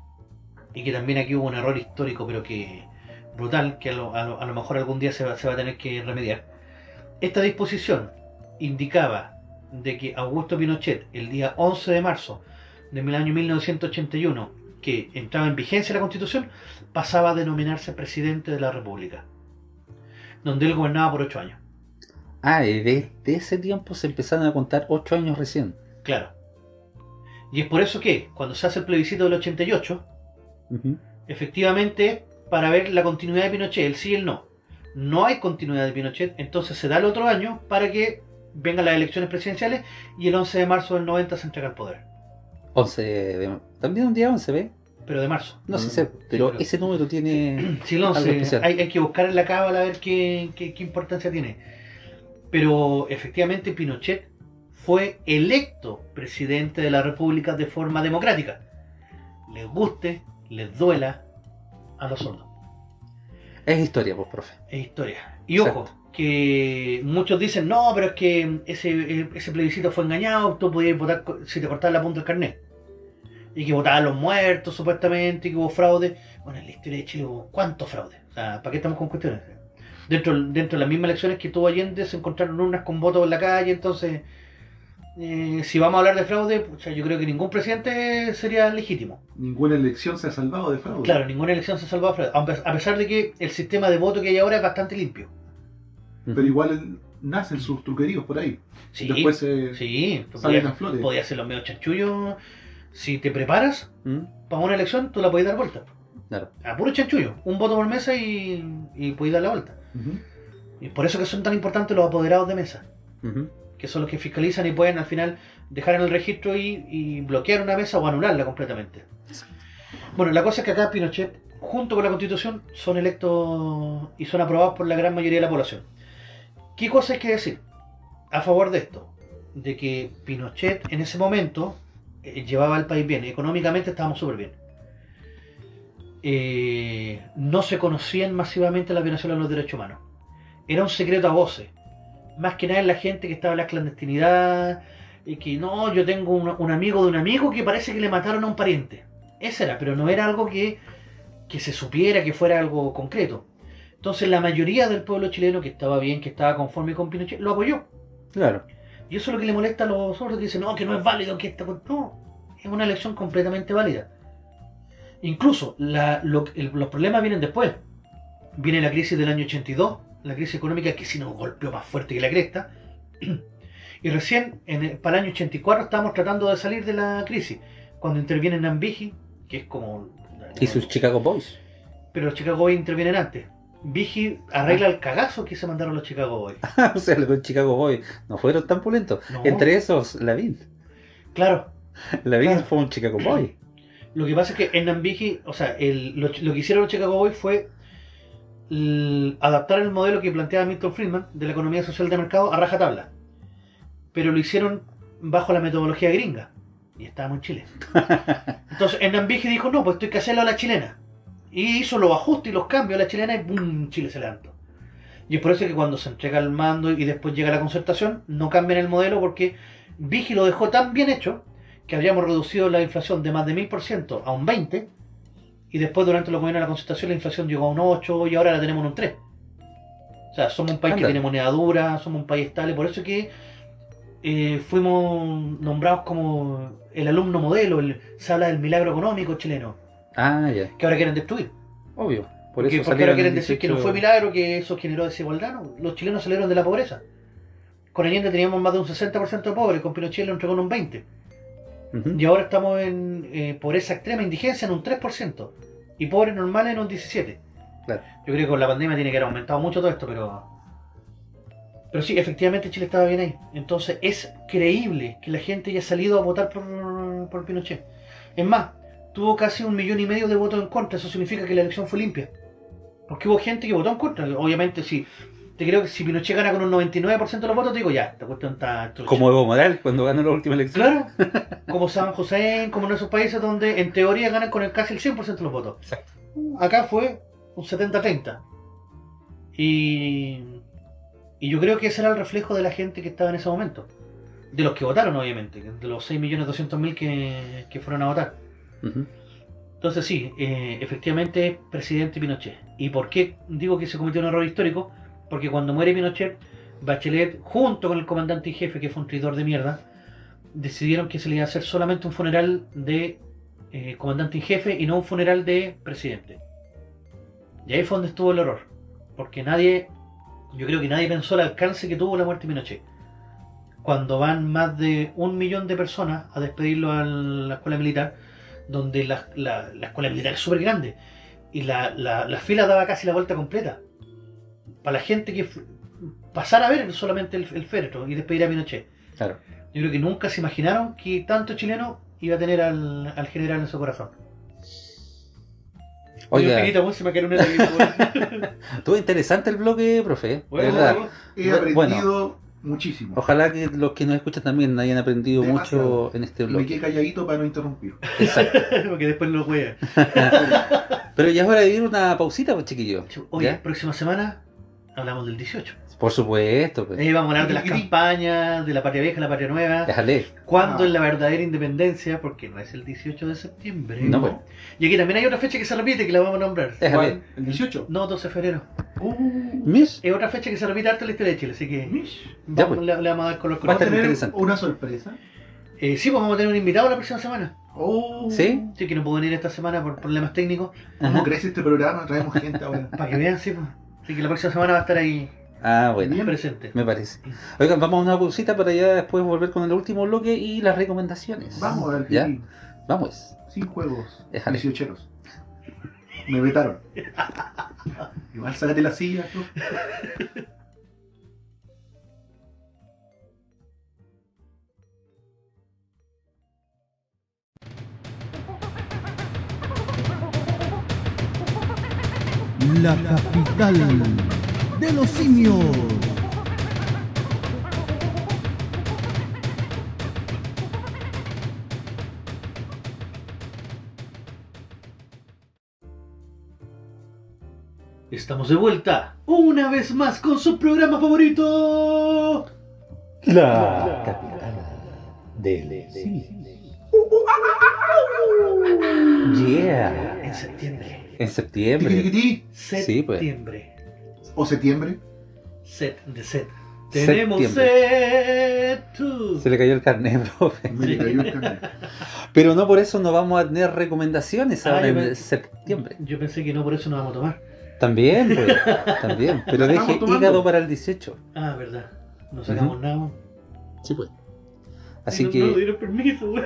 y que también aquí hubo un error histórico, pero que brutal, que a lo, a lo- a lo mejor algún día se va, se va a tener que remediar. Esta disposición indicaba de que Augusto Pinochet, el día once de marzo del año mil novecientos ochenta y uno, que entraba en vigencia la Constitución, pasaba a denominarse presidente de la República, donde él gobernaba por ocho años. Ah, y desde ese tiempo se empezaron a contar ocho años recién. Claro. Y es por eso que, cuando se hace el plebiscito del ochenta y ocho, Ujú. efectivamente, para ver la continuidad de Pinochet, el sí y el no. No hay continuidad de Pinochet, entonces se da el otro año para que vengan las elecciones presidenciales y el once de marzo del noventa se entrega el poder. once de... También un día once, ¿ve? Pero de marzo. No sé, Mm, sé, pero pero- ese número tiene... Sí, el algo once, especial. hay, hay que buscar en la cábala a ver qué, qué, qué importancia tiene. Pero efectivamente Pinochet fue electo presidente de la República de forma democrática. Les guste, les duela, a los sordos. Es historia, pues, profe. Es historia. Y ojo, que muchos dicen, no, pero es que ese, ese plebiscito fue engañado, tú podías votar co- si te cortabas la punta del carnet. Y que votaban los muertos, supuestamente, y que hubo fraude. Bueno, en la historia de Chile hubo cuántos fraudes. O sea, ¿para qué estamos con cuestiones? Dentro, dentro de las mismas elecciones que tuvo Allende se encontraron urnas con votos en la calle, entonces, eh, si vamos a hablar de fraude, pucha, yo creo que ningún presidente sería legítimo. Ninguna elección se ha salvado de fraude. Claro, ninguna elección se salvó a fraude, a pe- a pesar de que el sistema de voto que hay ahora es bastante limpio. Pero igual el- nacen sus truqueríos por ahí. Sí, Después se sí, tú salen podías, a flote. podías hacer los medios chanchullos. Si te preparas ¿Mm? para una elección, tú la podías dar vuelta. Claro. A puro chanchullo, un voto por mesa y, y podías dar la vuelta. Ujú. Y por eso que son tan importantes los apoderados de mesa, Ujú. que son los que fiscalizan y pueden al final dejar en el registro y, y bloquear una mesa o anularla completamente. Bueno, la cosa es que acá Pinochet, junto con la Constitución, son electos y son aprobados por la gran mayoría de la población. ¿Qué cosa hay que decir a favor de esto? De que Pinochet en ese momento eh, llevaba al país bien, económicamente estábamos súper bien. Eh, no se conocían masivamente las violaciones de los derechos humanos. Era un secreto a voces. Más que nada en la gente que estaba en la clandestinidad, y que no, yo tengo un, un amigo de un amigo que parece que le mataron a un pariente. Ese era, pero no era algo que, que se supiera, que fuera algo concreto. Entonces la mayoría del pueblo chileno que estaba bien, que estaba conforme con Pinochet, lo apoyó. Claro. Y eso es lo que le molesta a los sordos que dicen, no, que no es válido, que esta... No, es una elección completamente válida. Incluso la- lo- el- los problemas vienen después. Viene la crisis del año ochenta y dos, la crisis económica que sí nos golpeó más fuerte que la cresta. Y recién, en el- para el año ochenta y cuatro, estábamos tratando de salir de la crisis. Cuando interviene Nambiji, que es como... Y sus Chicago Boys. Pero los Chicago Boys intervienen antes. Vigi arregla el cagazo que se mandaron los Chicago Boys. O sea, los Chicago Boys no fueron tan pulentos. No. Entre esos, Lavín. Claro, La Big Claro. fue un Chicago Boy. Lo que pasa es que en Nambiji, o sea, el- lo, lo que hicieron los Chicago Boys fue l- adaptar el modelo que planteaba Milton Friedman de la economía social de mercado a rajatabla. Pero lo hicieron bajo la metodología gringa. Y estábamos en Chile. Entonces en Nambiji dijo, no, pues esto hay que hacerlo a la chilena. Y hizo los ajustes y los cambios a la chilena y ¡boom! Chile se levantó. Y es por eso que cuando se entrega el mando y después llega la concertación, no cambian el modelo porque Vigi lo dejó tan bien hecho que habíamos reducido la inflación de más de mil por ciento a un veinte por ciento y después durante los gobiernos de la concertación la inflación llegó a un ocho por ciento y ahora la tenemos en un tres por ciento. O sea, somos un país Anda. que tiene moneda dura, somos un país estable, por eso que eh, fuimos nombrados como el alumno modelo, el, se habla del milagro económico chileno, Ah, ya. que ahora quieren destruir. Obvio. Por Porque, eso porque ahora salieron quieren el decir que no dieciocho fue milagro, que eso generó desigualdad. No, los chilenos salieron de la pobreza. Con Allende teníamos más de un sesenta por ciento de pobres, con Pinochet lo entregó en un veinte por ciento. Ujú. Y ahora estamos en eh, pobreza extrema, indigencia en un tres por ciento. Y pobres normales en un diecisiete por ciento. Claro. Yo creo que con la pandemia tiene que haber aumentado mucho todo esto, pero... Pero sí, efectivamente Chile estaba bien ahí. Entonces es creíble que la gente haya salido a votar por, por Pinochet. Es más, tuvo casi un millón y medio de votos en contra. Eso significa que la elección fue limpia. Porque hubo gente que votó en contra. Obviamente, sí. Te creo que si Pinochet gana con un noventa y nueve por ciento de los votos, te digo, ya, esta cuestión está trucha. Como Evo Morales cuando ganó la última elección. Claro, como San José, como en esos países donde en teoría ganan con el casi el cien por ciento de los votos. Exacto. Acá fue un setenta treinta. Y, y yo creo que ese era el reflejo de la gente que estaba en ese momento. De los que votaron, obviamente. De los seis millones doscientos mil que, que fueron a votar. Ujú. Entonces sí, eh, efectivamente, presidente Pinochet. ¿Y por qué digo que se cometió un error histórico? Porque cuando muere Pinochet, Bachelet, junto con el comandante en jefe, que fue un traidor de mierda, decidieron que se le iba a hacer solamente un funeral de eh, comandante en jefe y no un funeral de presidente. Y ahí fue donde estuvo el error. Porque nadie, yo creo que nadie pensó el alcance que tuvo la muerte de Pinochet. Cuando van más de un millón de personas a despedirlo a la escuela militar, donde la, la, la escuela militar es súper grande y la, la, la fila daba casi la vuelta completa para la gente que pasara a ver solamente el, el féretro y despedir a Pinochet. Claro. Yo creo que nunca se imaginaron que tanto chileno iba a tener al, al general en su corazón. Oiga, Oye, Pinita, se me quedó una lágrima. estuvo interesante el bloque, profe. de Bueno, verdad. bueno, He Bueno. aprendido muchísimo. Ojalá que los que nos escuchan también hayan aprendido Demasiado. mucho en este Me quedé bloque. calladito para no interrumpir. Exacto. porque después lo juega. Pero ya es hora de ir una pausita, pues chiquillos. Oye, ¿Ya? próxima semana hablamos del dieciocho. Por supuesto, pues. Ahí vamos a hablar de las Tiquití. campañas, de la patria vieja, la patria nueva. Déjale. ¿Cuándo Ah. es la verdadera independencia? Porque no es el dieciocho de septiembre. No, pues. Y aquí también hay otra fecha que se repite, que la vamos a nombrar. Déjale. ¿Cuál? ¿El dieciocho? No, doce de febrero. Uh, Mish. Es otra fecha que se repite harto en la historia de Chile, así que Mish. Ya, vamos, pues. le, le vamos a dar color Va a con ¿Vamos a estar tener interesante. una sorpresa? eh, Sí, pues vamos a tener un invitado la próxima semana. Oh, ¿Sí? Sí, que no puedo venir esta semana por problemas técnicos. ¿Cómo Ajá. crece este programa? Traemos gente ahora. Para que vean, sí, pues. Así que la próxima semana va a estar ahí Ah, bueno. Bien. presente. Me parece. Oigan, vamos a una pausita para ya después volver con el último bloque y las recomendaciones. Vamos a ver. ¿Ya? Kiki. Vamos. Sin juegos. Déjale. dieciocheros. Me vetaron. Igual sácate la silla, tú. La capital de los simios. Estamos de vuelta, una vez más con su programa favorito. La capital del Yeah. En septiembre. En septiembre. Tiquitiquití. Sí, pues. Septiembre. O septiembre. Set de set. Tenemos Septiembre. set. two. Se le cayó el carnet, profe. Me Sí. cayó el carnet. Pero no por eso no vamos a tener recomendaciones Ah, ahora yo en me- septiembre. Yo pensé que no, por eso nos vamos a tomar. También, pues. También. Pero Estamos deje tomando. hígado para el dieciocho. Ah, verdad. No sacamos Ujú. nada. Sí, pues. Así no, que. No nos dieron permiso, weón.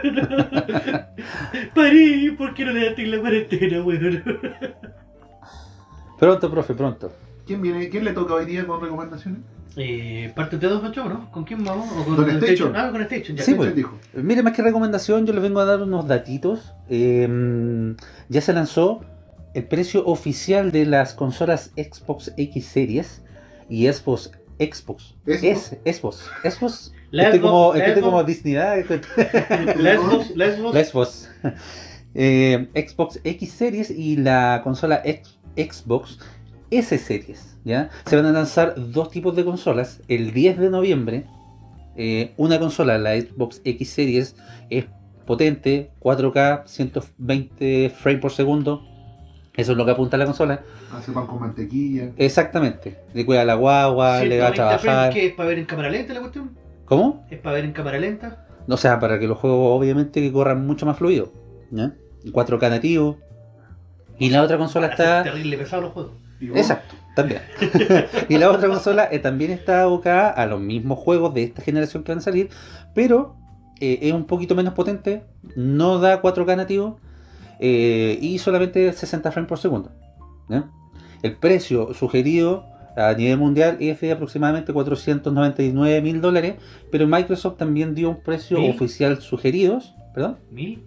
Parí, ¿por qué no le daste la cuarentena, weón? Pronto, profe, pronto. ¿Quién viene? ¿Quién le toca hoy día con recomendaciones? Eh, parte de dos ocho, ¿no? ¿Con quién vamos? ¿O con Con Station. Ah, con Station, ya. Sí, pues. Él dijo. Mire, más que recomendación, yo les vengo a dar unos datitos. Eh, ya se lanzó el precio oficial de las consolas Xbox X Series y Xbox Xbox. ¿Xbox? Es, Xbox. Xbox. La Este Xbox, como, la este Xbox. como Disney. ¿Ah? Lesbos, Lesbos. La Xbox. Eh, Xbox X Series y la consola X- Xbox S Series. ¿Ya? Se van a lanzar dos tipos de consolas. El diez de noviembre, eh, una consola, la Xbox X Series, es potente, cuatro K, ciento veinte frames por segundo. Eso es lo que apunta la consola. Hace pan con mantequilla. Exactamente. Le cuida la guagua, le va a ciento veinte frames, trabajar. ¿qué es para ver en cámara lenta la cuestión? ¿Cómo? ¿Es para ver en cámara lenta? O sea, para que los juegos obviamente que corran mucho más fluido. ¿Ya? cuatro K nativo. Y la otra consola Para hacer está... terrible pesado los juegos. ¿Y vos? Exacto, también. Y la otra consola eh, también está abocada a los mismos juegos de esta generación que van a salir, pero eh, es un poquito menos potente, no da cuatro K nativo eh, y solamente sesenta frames por segundo. ¿Ya? El precio sugerido a nivel mundial es de aproximadamente cuatrocientos noventa y nueve mil dólares, pero Microsoft también dio un precio ¿Mil? oficial sugerido. ¿Perdón? ¿Mil?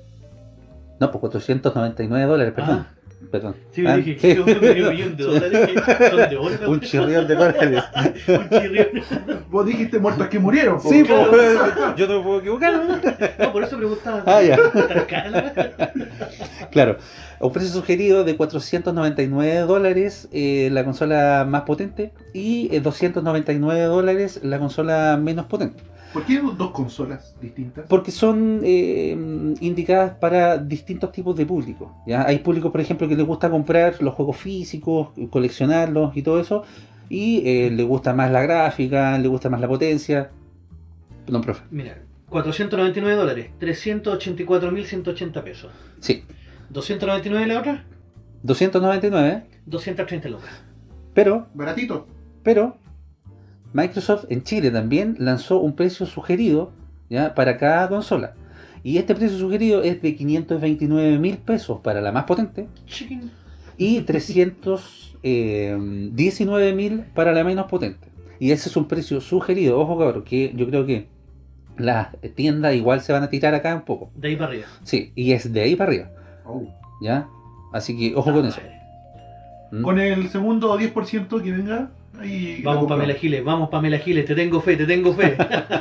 No, pues cuatrocientos noventa y nueve dólares, perdón. Ah. Perdón. Sí, Ah, dije, sí. que medio millón de dólares que son de oro. Un chirrión de dólares. Un chirrión. Vos dijiste muertos que murieron. po. Sí, Claro. pues, yo no me puedo equivocar. ¿no? No, por eso preguntaba. Ah, ya. ¿Tan cara la- Claro, un precio sugerido de cuatrocientos noventa y nueve dólares eh, la consola más potente y eh, doscientos noventa y nueve dólares la consola menos potente. ¿Por qué dos consolas distintas? Porque son eh, indicadas para distintos tipos de público. ¿Ya? Hay público, por ejemplo, que les gusta comprar los juegos físicos, coleccionarlos y todo eso, y eh, le gusta más la gráfica, le gusta más la potencia. Perdón, profe. Mira, cuatrocientos noventa y nueve dólares, trescientos ochenta y cuatro mil ciento ochenta pesos. Sí, doscientos noventa y nueve la otra, doscientos noventa y nueve, doscientos treinta lucas. pero, Baratito. pero, Microsoft en Chile también lanzó un precio sugerido, ¿ya? Para cada consola. Y este precio sugerido es de quinientos veintinueve mil pesos para la más potente Chicken. y trescientos diecinueve mil para la menos potente. Y ese es un precio sugerido. Ojo, cabrón, que yo creo que las tiendas igual se van a tirar acá un poco. De ahí para arriba. Sí, y es de ahí para arriba, Oh. ¿ya? Así que ojo con eso. Madre. ¿Mm? Con el segundo diez por ciento que venga, ahí. la Vamos compramos. Pamela Giles, vamos Pamela Giles, te tengo fe, te tengo fe.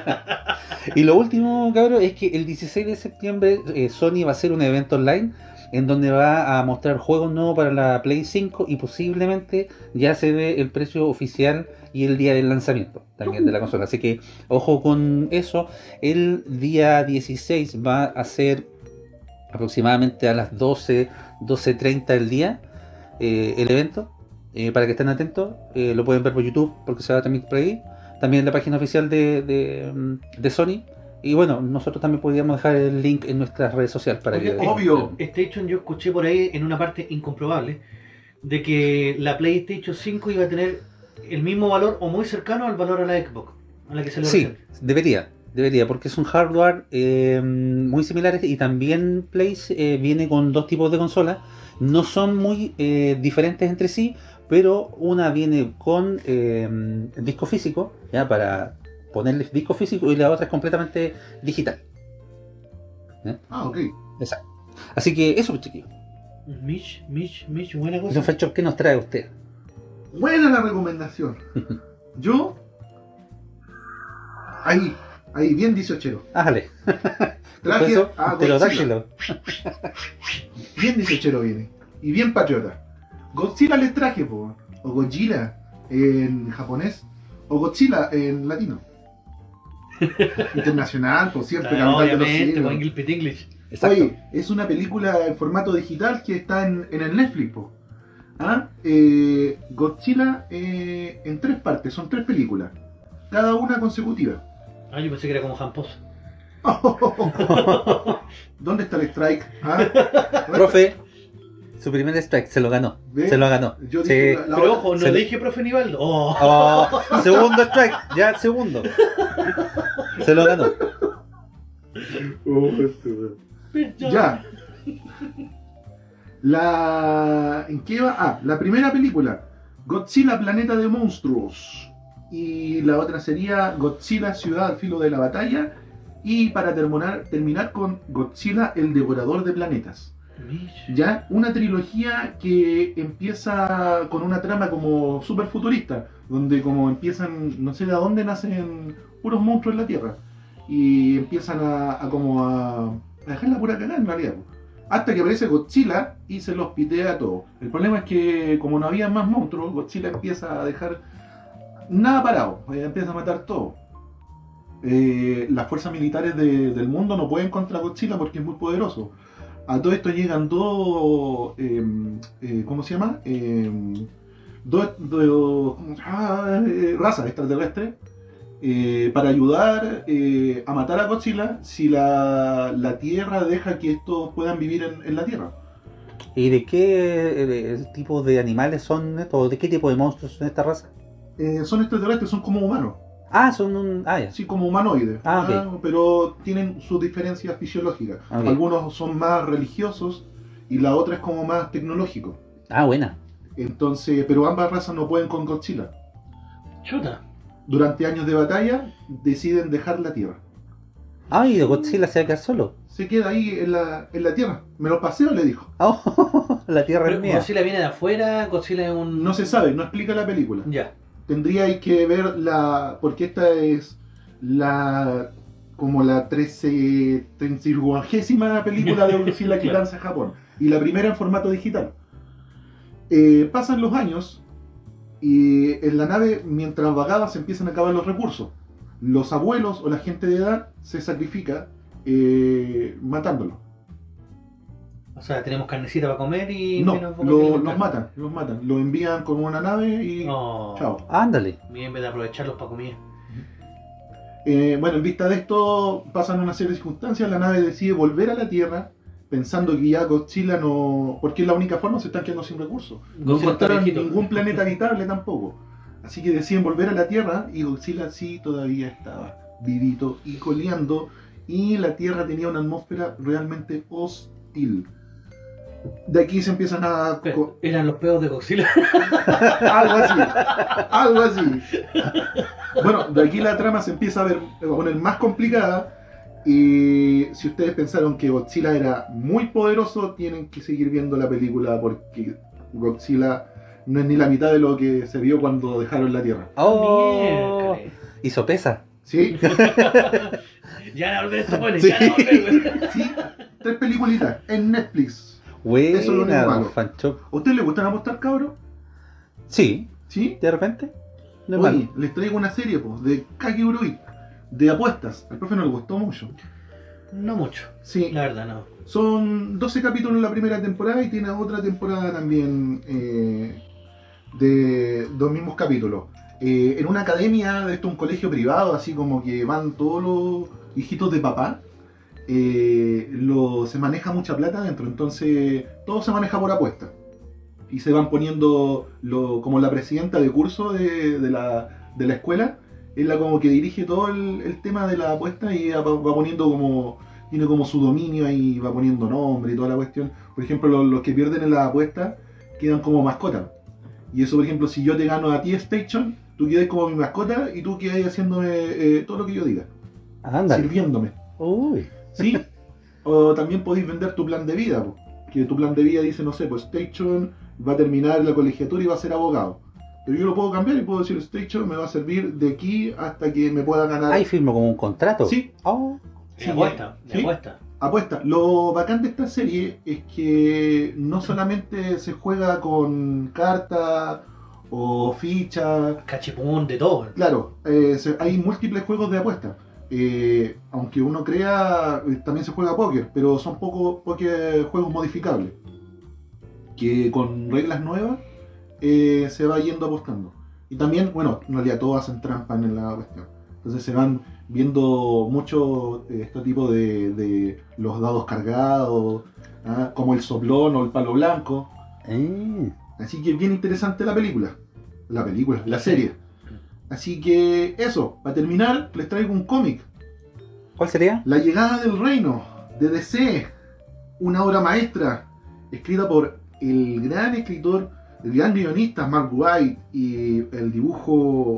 Y lo último, cabrón, es que el dieciséis de septiembre eh, Sony va a hacer un evento online en donde va a mostrar juegos nuevos para la Play cinco y posiblemente ya se ve el precio oficial y el día del lanzamiento también de la consola. Así que ojo con eso. El día dieciséis va a ser aproximadamente a las doce, doce treinta del día eh, el evento. Eh, para que estén atentos, eh, lo pueden ver por YouTube porque se va a transmitir por ahí. También en la página oficial de, de, de Sony. Y bueno, nosotros también podríamos dejar el link en nuestras redes sociales para Oye, que... obvio. PlayStation, yo escuché por ahí en una parte incomprobable de que la PlayStation cinco iba a tener el mismo valor o muy cercano al valor a la Xbox, a la que se le Sí, debería, debería, porque es un hardware eh, muy similares y también Play eh, viene con dos tipos de consolas. No son muy eh, diferentes entre sí, pero una viene con eh, disco físico, ya para ponerle disco físico, y la otra es completamente digital. Ah, ok. Exacto. Así que eso, chiquillos. Mish, Mish, Mish, buena Don cosa. Fecho, ¿qué nos trae usted? Buena la recomendación. Yo. Ahí, ahí, bien dieciochero. Hágale. Traje Eso, a pterodáctilo. Bien dieciochero viene. Y bien patriota. Godzilla les traje, po. O Godzilla en japonés. O Godzilla en latino. Internacional, por cierto, Claro, capital de los obviamente, simios. con English English. Exacto. Oye, es una película en formato digital que está en, en el Netflix, po. ¿Ah? Eh, Godzilla eh, en tres partes, son tres películas. Cada una consecutiva. Ah, yo pensé que era como Jampos. ¿Dónde está el strike? ¿Ah? Profe, su primer strike se lo ganó. ¿Ve? Se lo ganó. Yo Sí. dije la- la Pero hora- ojo, no se le- dije profe Nivaldo. Oh. Oh, segundo strike, ya segundo. Se lo ganó. Oh, este weón. Ya. La. ¿En qué va? Ah, la primera película. Godzilla, Planeta de Monstruos. y la otra sería Godzilla Ciudad al filo de la batalla, y para terminar, terminar con Godzilla el devorador de planetas. Ya, una trilogía que empieza con una trama como super futurista, donde como empiezan, no sé de dónde nacen puros monstruos en la Tierra, y empiezan a, a como a, a dejar la pura cagada en realidad, hasta que aparece Godzilla y se los pitea a todos. El problema es que como no había más monstruos, Godzilla empieza a dejar nada parado, empieza a matar todo. Eh, las fuerzas militares de, del mundo no pueden contra Godzilla porque es muy poderoso. A todo esto llegan dos, eh, eh, ¿cómo se llama? Eh, dos, dos ah, eh, razas extraterrestres eh, para ayudar eh, a matar a Godzilla si la, la Tierra deja que estos puedan vivir en, en la Tierra. ¿Y de qué eh, tipo de animales son estos? ¿O de qué tipo de monstruos son esta raza? Eh, son extraterrestres, son como humanos. Ah, son un... Ah, ya. Sí, como humanoides, Ah, okay. ¿ah? Pero tienen sus diferencias fisiológicas. Okay. Algunos son más religiosos y la otra es como más tecnológico. Ah, buena. Entonces, pero ambas razas no pueden con Godzilla. Chuta. Durante años de batalla deciden dejar la Tierra. Ah, y Godzilla se va a quedar solo. Se queda ahí en la, en la Tierra. Me lo paseo, le dijo. Oh, la Tierra Pero es mía. Godzilla viene de afuera, Godzilla es un... No se sabe, no explica la película. Ya. Tendríais que ver la... porque esta es la... como la trece... treintagesima película de Godzilla que lanza Japón. Y la primera en formato digital. Eh, pasan los años y en la nave, mientras vagaba, se empiezan a acabar los recursos. Los abuelos o la gente de edad se sacrifica eh, matándolo. O sea, tenemos carnecita para comer y... No, menos lo- bocadillo los para- matan, los matan. Los envían con una nave y No. chao. Ándale. Bien, en vez de aprovecharlos para comida. Eh, bueno, en vista de esto, pasan una serie de circunstancias. La nave decide volver a la Tierra, pensando que ya Godzilla no... porque es la única forma, se están quedando sin recursos. No Godzilla está encontraron viejito. ningún planeta habitable tampoco. Así que deciden volver a la Tierra y Godzilla sí todavía estaba vivito y coleando. Y la Tierra tenía una atmósfera realmente hostil. De aquí se empiezan a... Pero, ¿eran los peos de Godzilla? algo así, algo así. Bueno, de aquí la trama se empieza a ver, a poner más complicada. Y si ustedes pensaron que Godzilla era muy poderoso, tienen que seguir viendo la película porque Godzilla no es ni la mitad de lo que se vio cuando dejaron la Tierra. Oh, Miércoles. hizo pesa. ¿Sí? Ya no volver esto, bueno, Sí. ya no volver, güey. Sí, tres peliculitas en Netflix. Buena, Eso es lo único malo. don Fancho. ¿A ustedes les gustan apostar, cabros? Sí, ¿Sí? de repente. No es Oye, malo. les traigo una serie po, de Kakegurui, de apuestas. Al profe no le gustó mucho. No mucho, Sí, la verdad, no. son doce capítulos en la primera temporada y tiene otra temporada también eh, de dos mismos capítulos. Eh, en una academia, de esto un colegio privado, así como que van todos los hijitos de papá. Eh, lo, se maneja mucha plata adentro, entonces todo se maneja por apuesta. Y se van poniendo lo, como la presidenta de curso de, de, la, de la escuela, es la como que dirige todo el, el tema de la apuesta y va, va poniendo como, tiene como su dominio ahí, va poniendo nombre y toda la cuestión. Por ejemplo, los, los que pierden en la apuesta quedan como mascota. Y eso, por ejemplo, si yo te gano a ti Station, tú quedas como mi mascota y tú quedas haciéndome eh, todo lo que yo diga, Ándale. sirviéndome. Uy. ¿Sí? O también podéis vender tu plan de vida, po. Que tu plan de vida dice, no sé, pues Station va a terminar la colegiatura y va a ser abogado. Pero yo lo puedo cambiar y puedo decir, Station me va a servir de aquí hasta que me pueda ganar. Ahí firmo como un contrato. Sí, Oh. De Sí, apuesta, de sí. apuesta. apuesta. Lo bacán de esta serie es que no solamente se juega con cartas o fichas. Cachipún, de todo. Claro, eh, se- hay múltiples juegos de apuesta. Eh, aunque uno crea, eh, también se juega póker, pero son pocos póker juegos modificables. Que con reglas nuevas eh, se va yendo apostando. Y también, bueno, en realidad todos hacen trampa en la cuestión. Entonces se van viendo mucho eh, este tipo de, de los dados cargados, ¿ah? Como el soplón o el palo blanco. Eh. Así que bien interesante la película. La película, la serie. Así que eso, para terminar, les traigo un cómic. ¿Cuál sería? La llegada del reino, de D C. Una obra maestra, escrita por el gran escritor, el gran guionista Mark White y el dibujo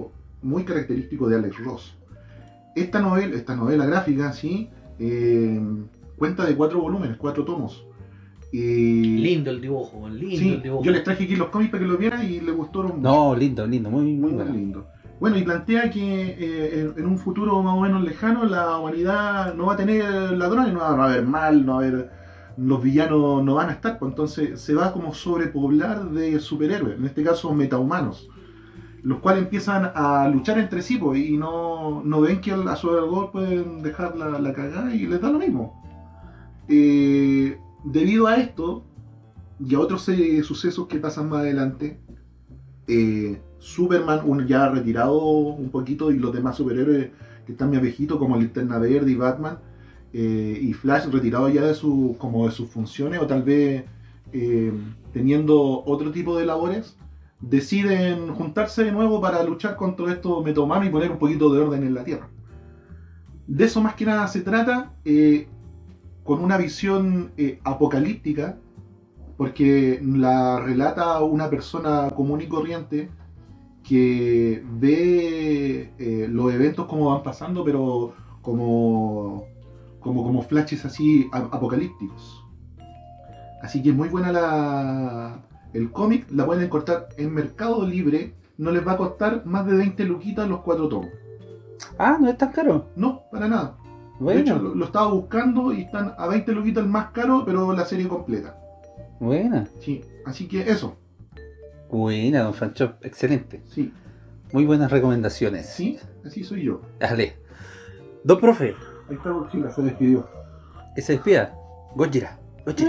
muy característico de Alex Ross. Esta novela, esta novela gráfica, sí, eh, cuenta de cuatro volúmenes, cuatro tomos. Y... Lindo el dibujo, lindo Sí, el dibujo. yo les traje aquí los cómics para que los vieran y les gustaron mucho. No, lindo, lindo, muy, muy Muy bueno. lindo. Bueno, y plantea que eh, en, en un futuro más o menos lejano la humanidad no va a tener ladrones, no va, no va a haber mal, no va a haber... los villanos no van a estar, pues entonces se va como sobrepoblar de superhéroes, en este caso metahumanos, los cuales empiezan a luchar entre sí, pues, y no, no ven que a su alrededor pueden dejar la, la cagada y les da lo mismo. Eh, debido a esto y a otros eh, sucesos que pasan más adelante, eh, Superman, un ya retirado un poquito, y los demás superhéroes que están más viejitos como Linterna Verde y Batman, eh, y Flash retirado ya de, su, como de sus funciones, o tal vez eh, teniendo otro tipo de labores, deciden juntarse de nuevo para luchar contra estos metahumanos y poner un poquito de orden en la Tierra. De eso más que nada se trata, eh, con una visión eh, apocalíptica, porque la relata una persona común y corriente que ve eh, los eventos como van pasando, pero como, como, como flashes así apocalípticos. Así que es muy buena la, el cómic, la pueden encontrar en Mercado Libre, no les va a costar más de veinte luquitas los cuatro tomos. Ah, no es tan caro. No, para nada. Bueno, De hecho, lo, lo estaba buscando y están a veinte luquitas el más caro, pero la serie completa. buena. Sí, así que eso. Buena, don Francho. Excelente. Sí, Muy buenas recomendaciones. sí, así soy yo. Dale. Don profe, Ahí está Godzilla, se despidió. esa despida. Gojira. Gojira.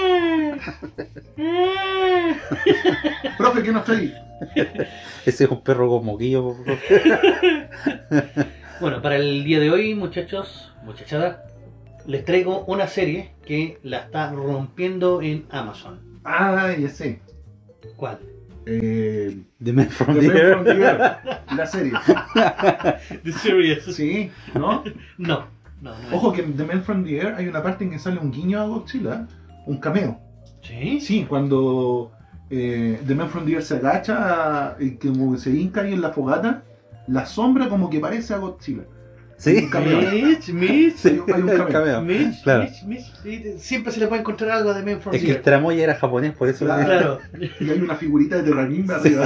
Profe, ¿qué nos trae? Ese es un perro con moquillo, profe. Bueno, para el día de hoy, muchachos, muchachada, les traigo una serie que la está rompiendo en Amazon. Ah, ya sé. ¿Cuál? Eh, The Man from The the Man Air. from the Air, la serie. The Series. Sí, ¿no? No, no, no. Ojo que en The Man from the Air hay una parte en que sale un guiño a Godzilla, un cameo. ¿Sí? Sí, cuando eh, The Man from the Air se agacha y como que se hinca ahí en la fogata, la sombra como que parece a Godzilla. Sí. Un cameo. Mitch, Mitch, Sí, Hay un- hay un el cameo. cameo. Mitch, Claro. Mitch, Mitch. Sí, siempre se le puede encontrar algo de Men from Es the que el Earth. tramoya era japonés, por eso. Claro. Claro. Y hay una figurita de Terranimbe arriba.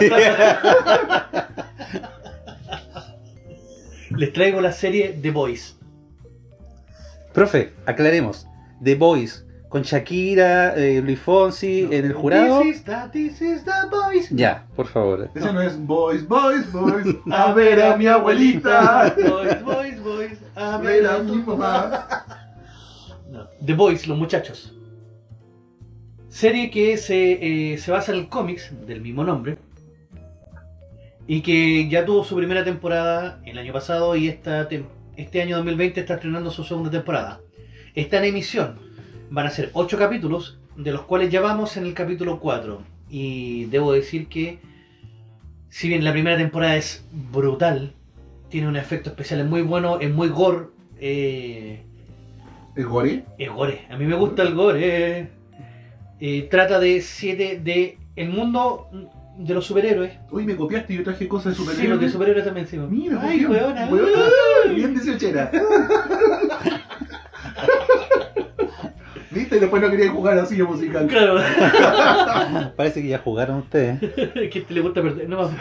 Les traigo la serie The Boys. Profe, aclaremos. The Boys con Shakira, eh, Luis Fonsi en el jurado. This is the, this is the Boys. Ya, por favor. Ese no es Boys, Boys, Boys, a ver a mi abuelita, Boys, boys, boys. a A ver ver a a mi tu mamá. No. The Boys, los muchachos. Serie que se, eh, se basa en el cómics del mismo nombre. Y que ya tuvo su primera temporada el año pasado y esta tem- este año dos mil veinte está estrenando su segunda temporada. Está en emisión. Van a ser ocho capítulos, de los cuales ya vamos en el capítulo cuatro. Y debo decir que, si bien la primera temporada es brutal, tiene un efecto especial muy bueno, es muy gore. Eh, ¿Es gore? es gore. A mí me gusta el gore. Eh, trata de siete de el mundo de los superhéroes. Uy, me copiaste y yo traje cosas de Sí, los de superhéroes. superhéroes también, sí. Mira, Ay, pues, weona. bien, weona, bien dieciochera. ¿Viste? Y después no quería jugar así de musical. Claro. Parece que ya jugaron ustedes. Que a este le gusta perder. No.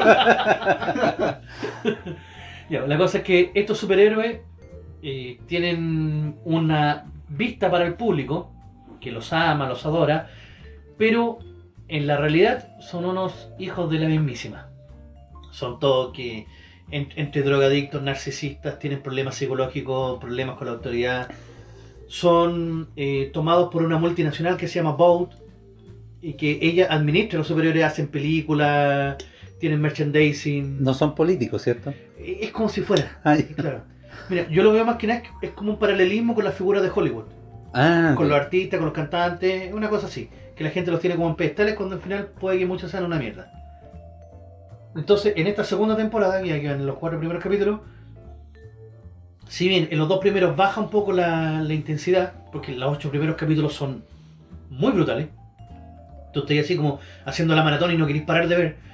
Ya, la cosa es que estos superhéroes eh, tienen una vista para el público, que los ama, los adora, pero en la realidad son unos hijos de la mismísima. Son todos que en- entre drogadictos, narcisistas, tienen problemas psicológicos, problemas con la autoridad. Son eh, tomados por una multinacional que se llama Boat y que ella administra los superiores, hacen películas, tienen merchandising. No son políticos, ¿cierto? Es como si fuera. Ay. Claro. Mira, yo lo veo más que nada, es como un paralelismo con las figuras de Hollywood. Ah, Con ok. los artistas, con los cantantes, una cosa así. Que la gente los tiene como en pedestales cuando al final puede que muchos sean una mierda. Entonces, en esta segunda temporada, ya que en los cuatro primeros capítulos, si bien en los dos primeros baja un poco la, la intensidad, porque los ocho primeros capítulos son muy brutales, tú estás así como haciendo la maratón y no querés parar de ver,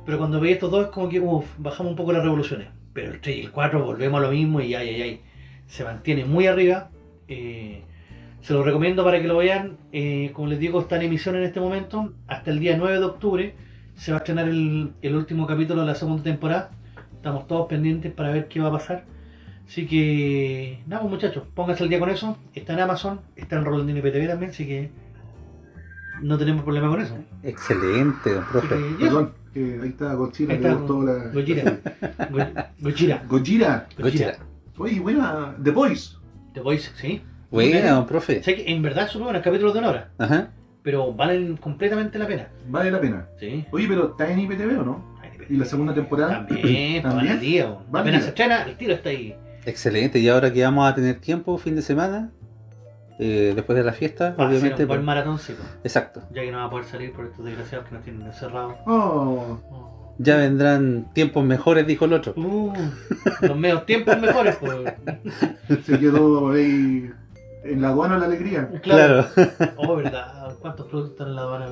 Pero cuando veis estos dos es como que uf, bajamos un poco las revoluciones. Pero el tres y el cuatro volvemos a lo mismo y ay, ay, ay. Se mantiene muy arriba. Eh, se lo recomiendo para que lo vean. Eh, como les digo, está en emisión en este momento. Hasta el día nueve de octubre se va a estrenar el, el último capítulo de la segunda temporada. Estamos todos pendientes para ver qué va a pasar. Así que, nada, pues, muchachos, pónganse al día con eso. Está en Amazon, está en Rolandino P T V también, así que no tenemos problema con eso. Excelente, don Así profe. que, y eso. Perdón, que ahí está Godzilla, Ahí le está, gustó la... Gojira. Go- Gojira. Gojira. Gojira. Oye, buena. The Voice. The Voice, sí. Buena, don profe. Sé que en verdad son buenos capítulos de una hora, Ajá. pero valen completamente la pena. Vale la pena. Sí. Oye, pero ¿está en I P T V o no? ¿Y la segunda temporada? También, ¿También? van al día. bo. Va al Apenas día. se estrena, el tiro está ahí. Excelente. Y ahora que vamos a tener tiempo, fin de semana, eh, después de la fiesta, Va a ser obviamente. un buen pues- maratoncito, exacto. ya que no va a poder salir por estos desgraciados que nos tienen encerrados. Oh, Oh. Ya vendrán tiempos mejores, dijo el otro. Uh, los medios tiempos mejores, pues. se quedó ahí en la aduana la alegría. Claro. Oh, verdad. ¿Cuántos productos están en la aduana?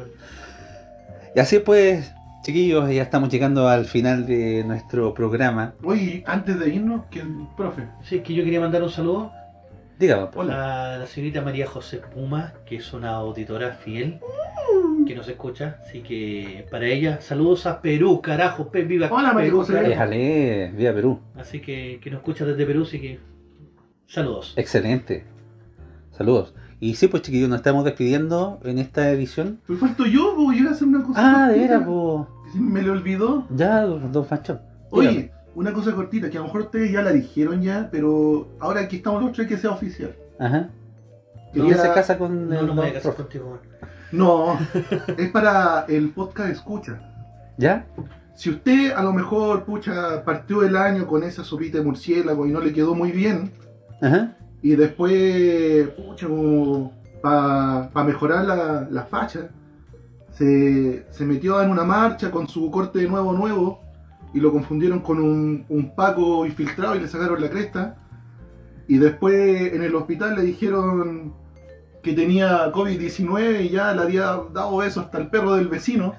Y así pues, chiquillos, ya estamos llegando al final de nuestro programa. Oye, antes de irnos, que el profe. Sí, es que yo quería mandar un saludo Dígame. Hola. a la señorita María José Puma, que es una auditora fiel que nos escucha. Así que para ella, saludos a Perú, carajo, pe, viva Hola, María Perú, José. carajo. Déjale, vía Perú. Así que que nos escucha desde Perú, así que saludos. Excelente. Saludos. Y sí, pues chiquillos, nos estamos despidiendo en esta edición. Pues falto yo, pues yo iba a hacer una cosa. Ah, de cortita. veras, pues. Sí, me le olvidó. Ya, don Fanchón. Oye, una cosa cortita, que a lo mejor ustedes ya la dijeron ya, pero ahora que estamos los tres, que sea oficial. Ajá. ¿Y Quería- quién se casa con No, el no me voy a don casar profe? contigo, man. No, es para el podcast escucha. ¿Ya? Si usted a lo mejor, pucha, partió el año con esa sopita de murciélago y no le quedó muy bien, Ajá. y después, pucha, para mejorar la, la facha, se, se metió en una marcha con su corte de nuevo nuevo y lo confundieron con un, un Paco infiltrado y le sacaron la cresta. Y después en el hospital le dijeron que tenía COVID diecinueve y ya le había dado eso hasta el perro del vecino.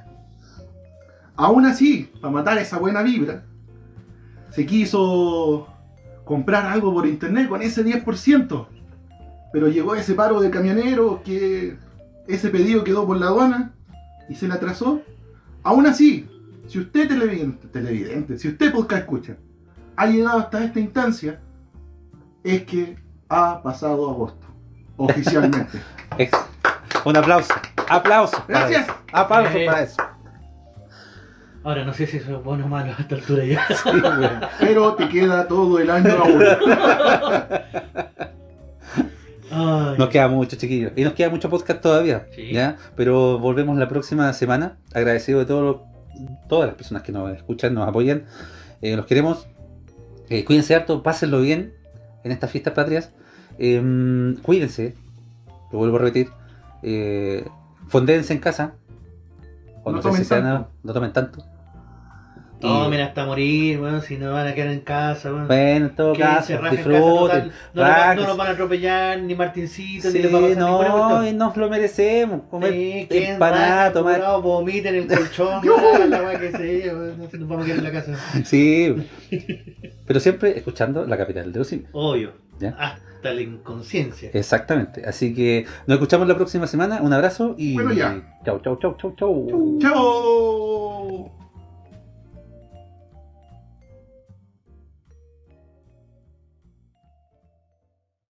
Aún así, para matar esa buena vibra, se quiso comprar algo por internet con ese diez por ciento. Pero llegó ese paro de camioneros que ese pedido quedó por la aduana y se le atrasó. Aún así, si usted televidente, televidente, si usted podcast escucha, ha llegado hasta esta instancia, es que ha pasado agosto, oficialmente. Ex- Un aplauso. Aplauso. para Gracias. eso. Aplauso Eh. para eso. Ahora no sé si eso es bueno o malo a esta altura ya. Sí, güey. Pero te queda todo el año aún. Ay. Nos queda mucho, chiquillos. Y nos queda mucho podcast todavía. Sí. ¿Ya? Pero volvemos la próxima semana. Agradecido de todo lo- todas las personas que nos escuchan, nos apoyan. Eh, los queremos. Eh, cuídense harto, pásenlo bien en estas fiestas patrias. Eh, cuídense. Lo vuelvo a repetir. Eh, fondéense en casa. O No no, sé tomen si sean- tanto. no tomen tanto. Y- Tomen hasta morir, bueno, si no van a quedar en casa, bueno. Bueno, en todo Quédense, caso, rajen casa, disfruten. total. No, nos va- no rájense. nos van a atropellar, ni Martincito, Sí, ni les va a pasar ninguna no, cuestión. y nos lo merecemos. Comer Sí, queden empanada, rajas, tomar. curados, vomiten en el colchón, ah, la weá que sea, weón, no nos vamos a quedar en la casa. Sí, pero siempre escuchando la capital de los simios. Obvio, ¿Ya? hasta la inconsciencia. Exactamente. Así que nos escuchamos la próxima semana. Un abrazo y. Bueno, ya. Chau, chau, chau, chau, chau. ¡Chao!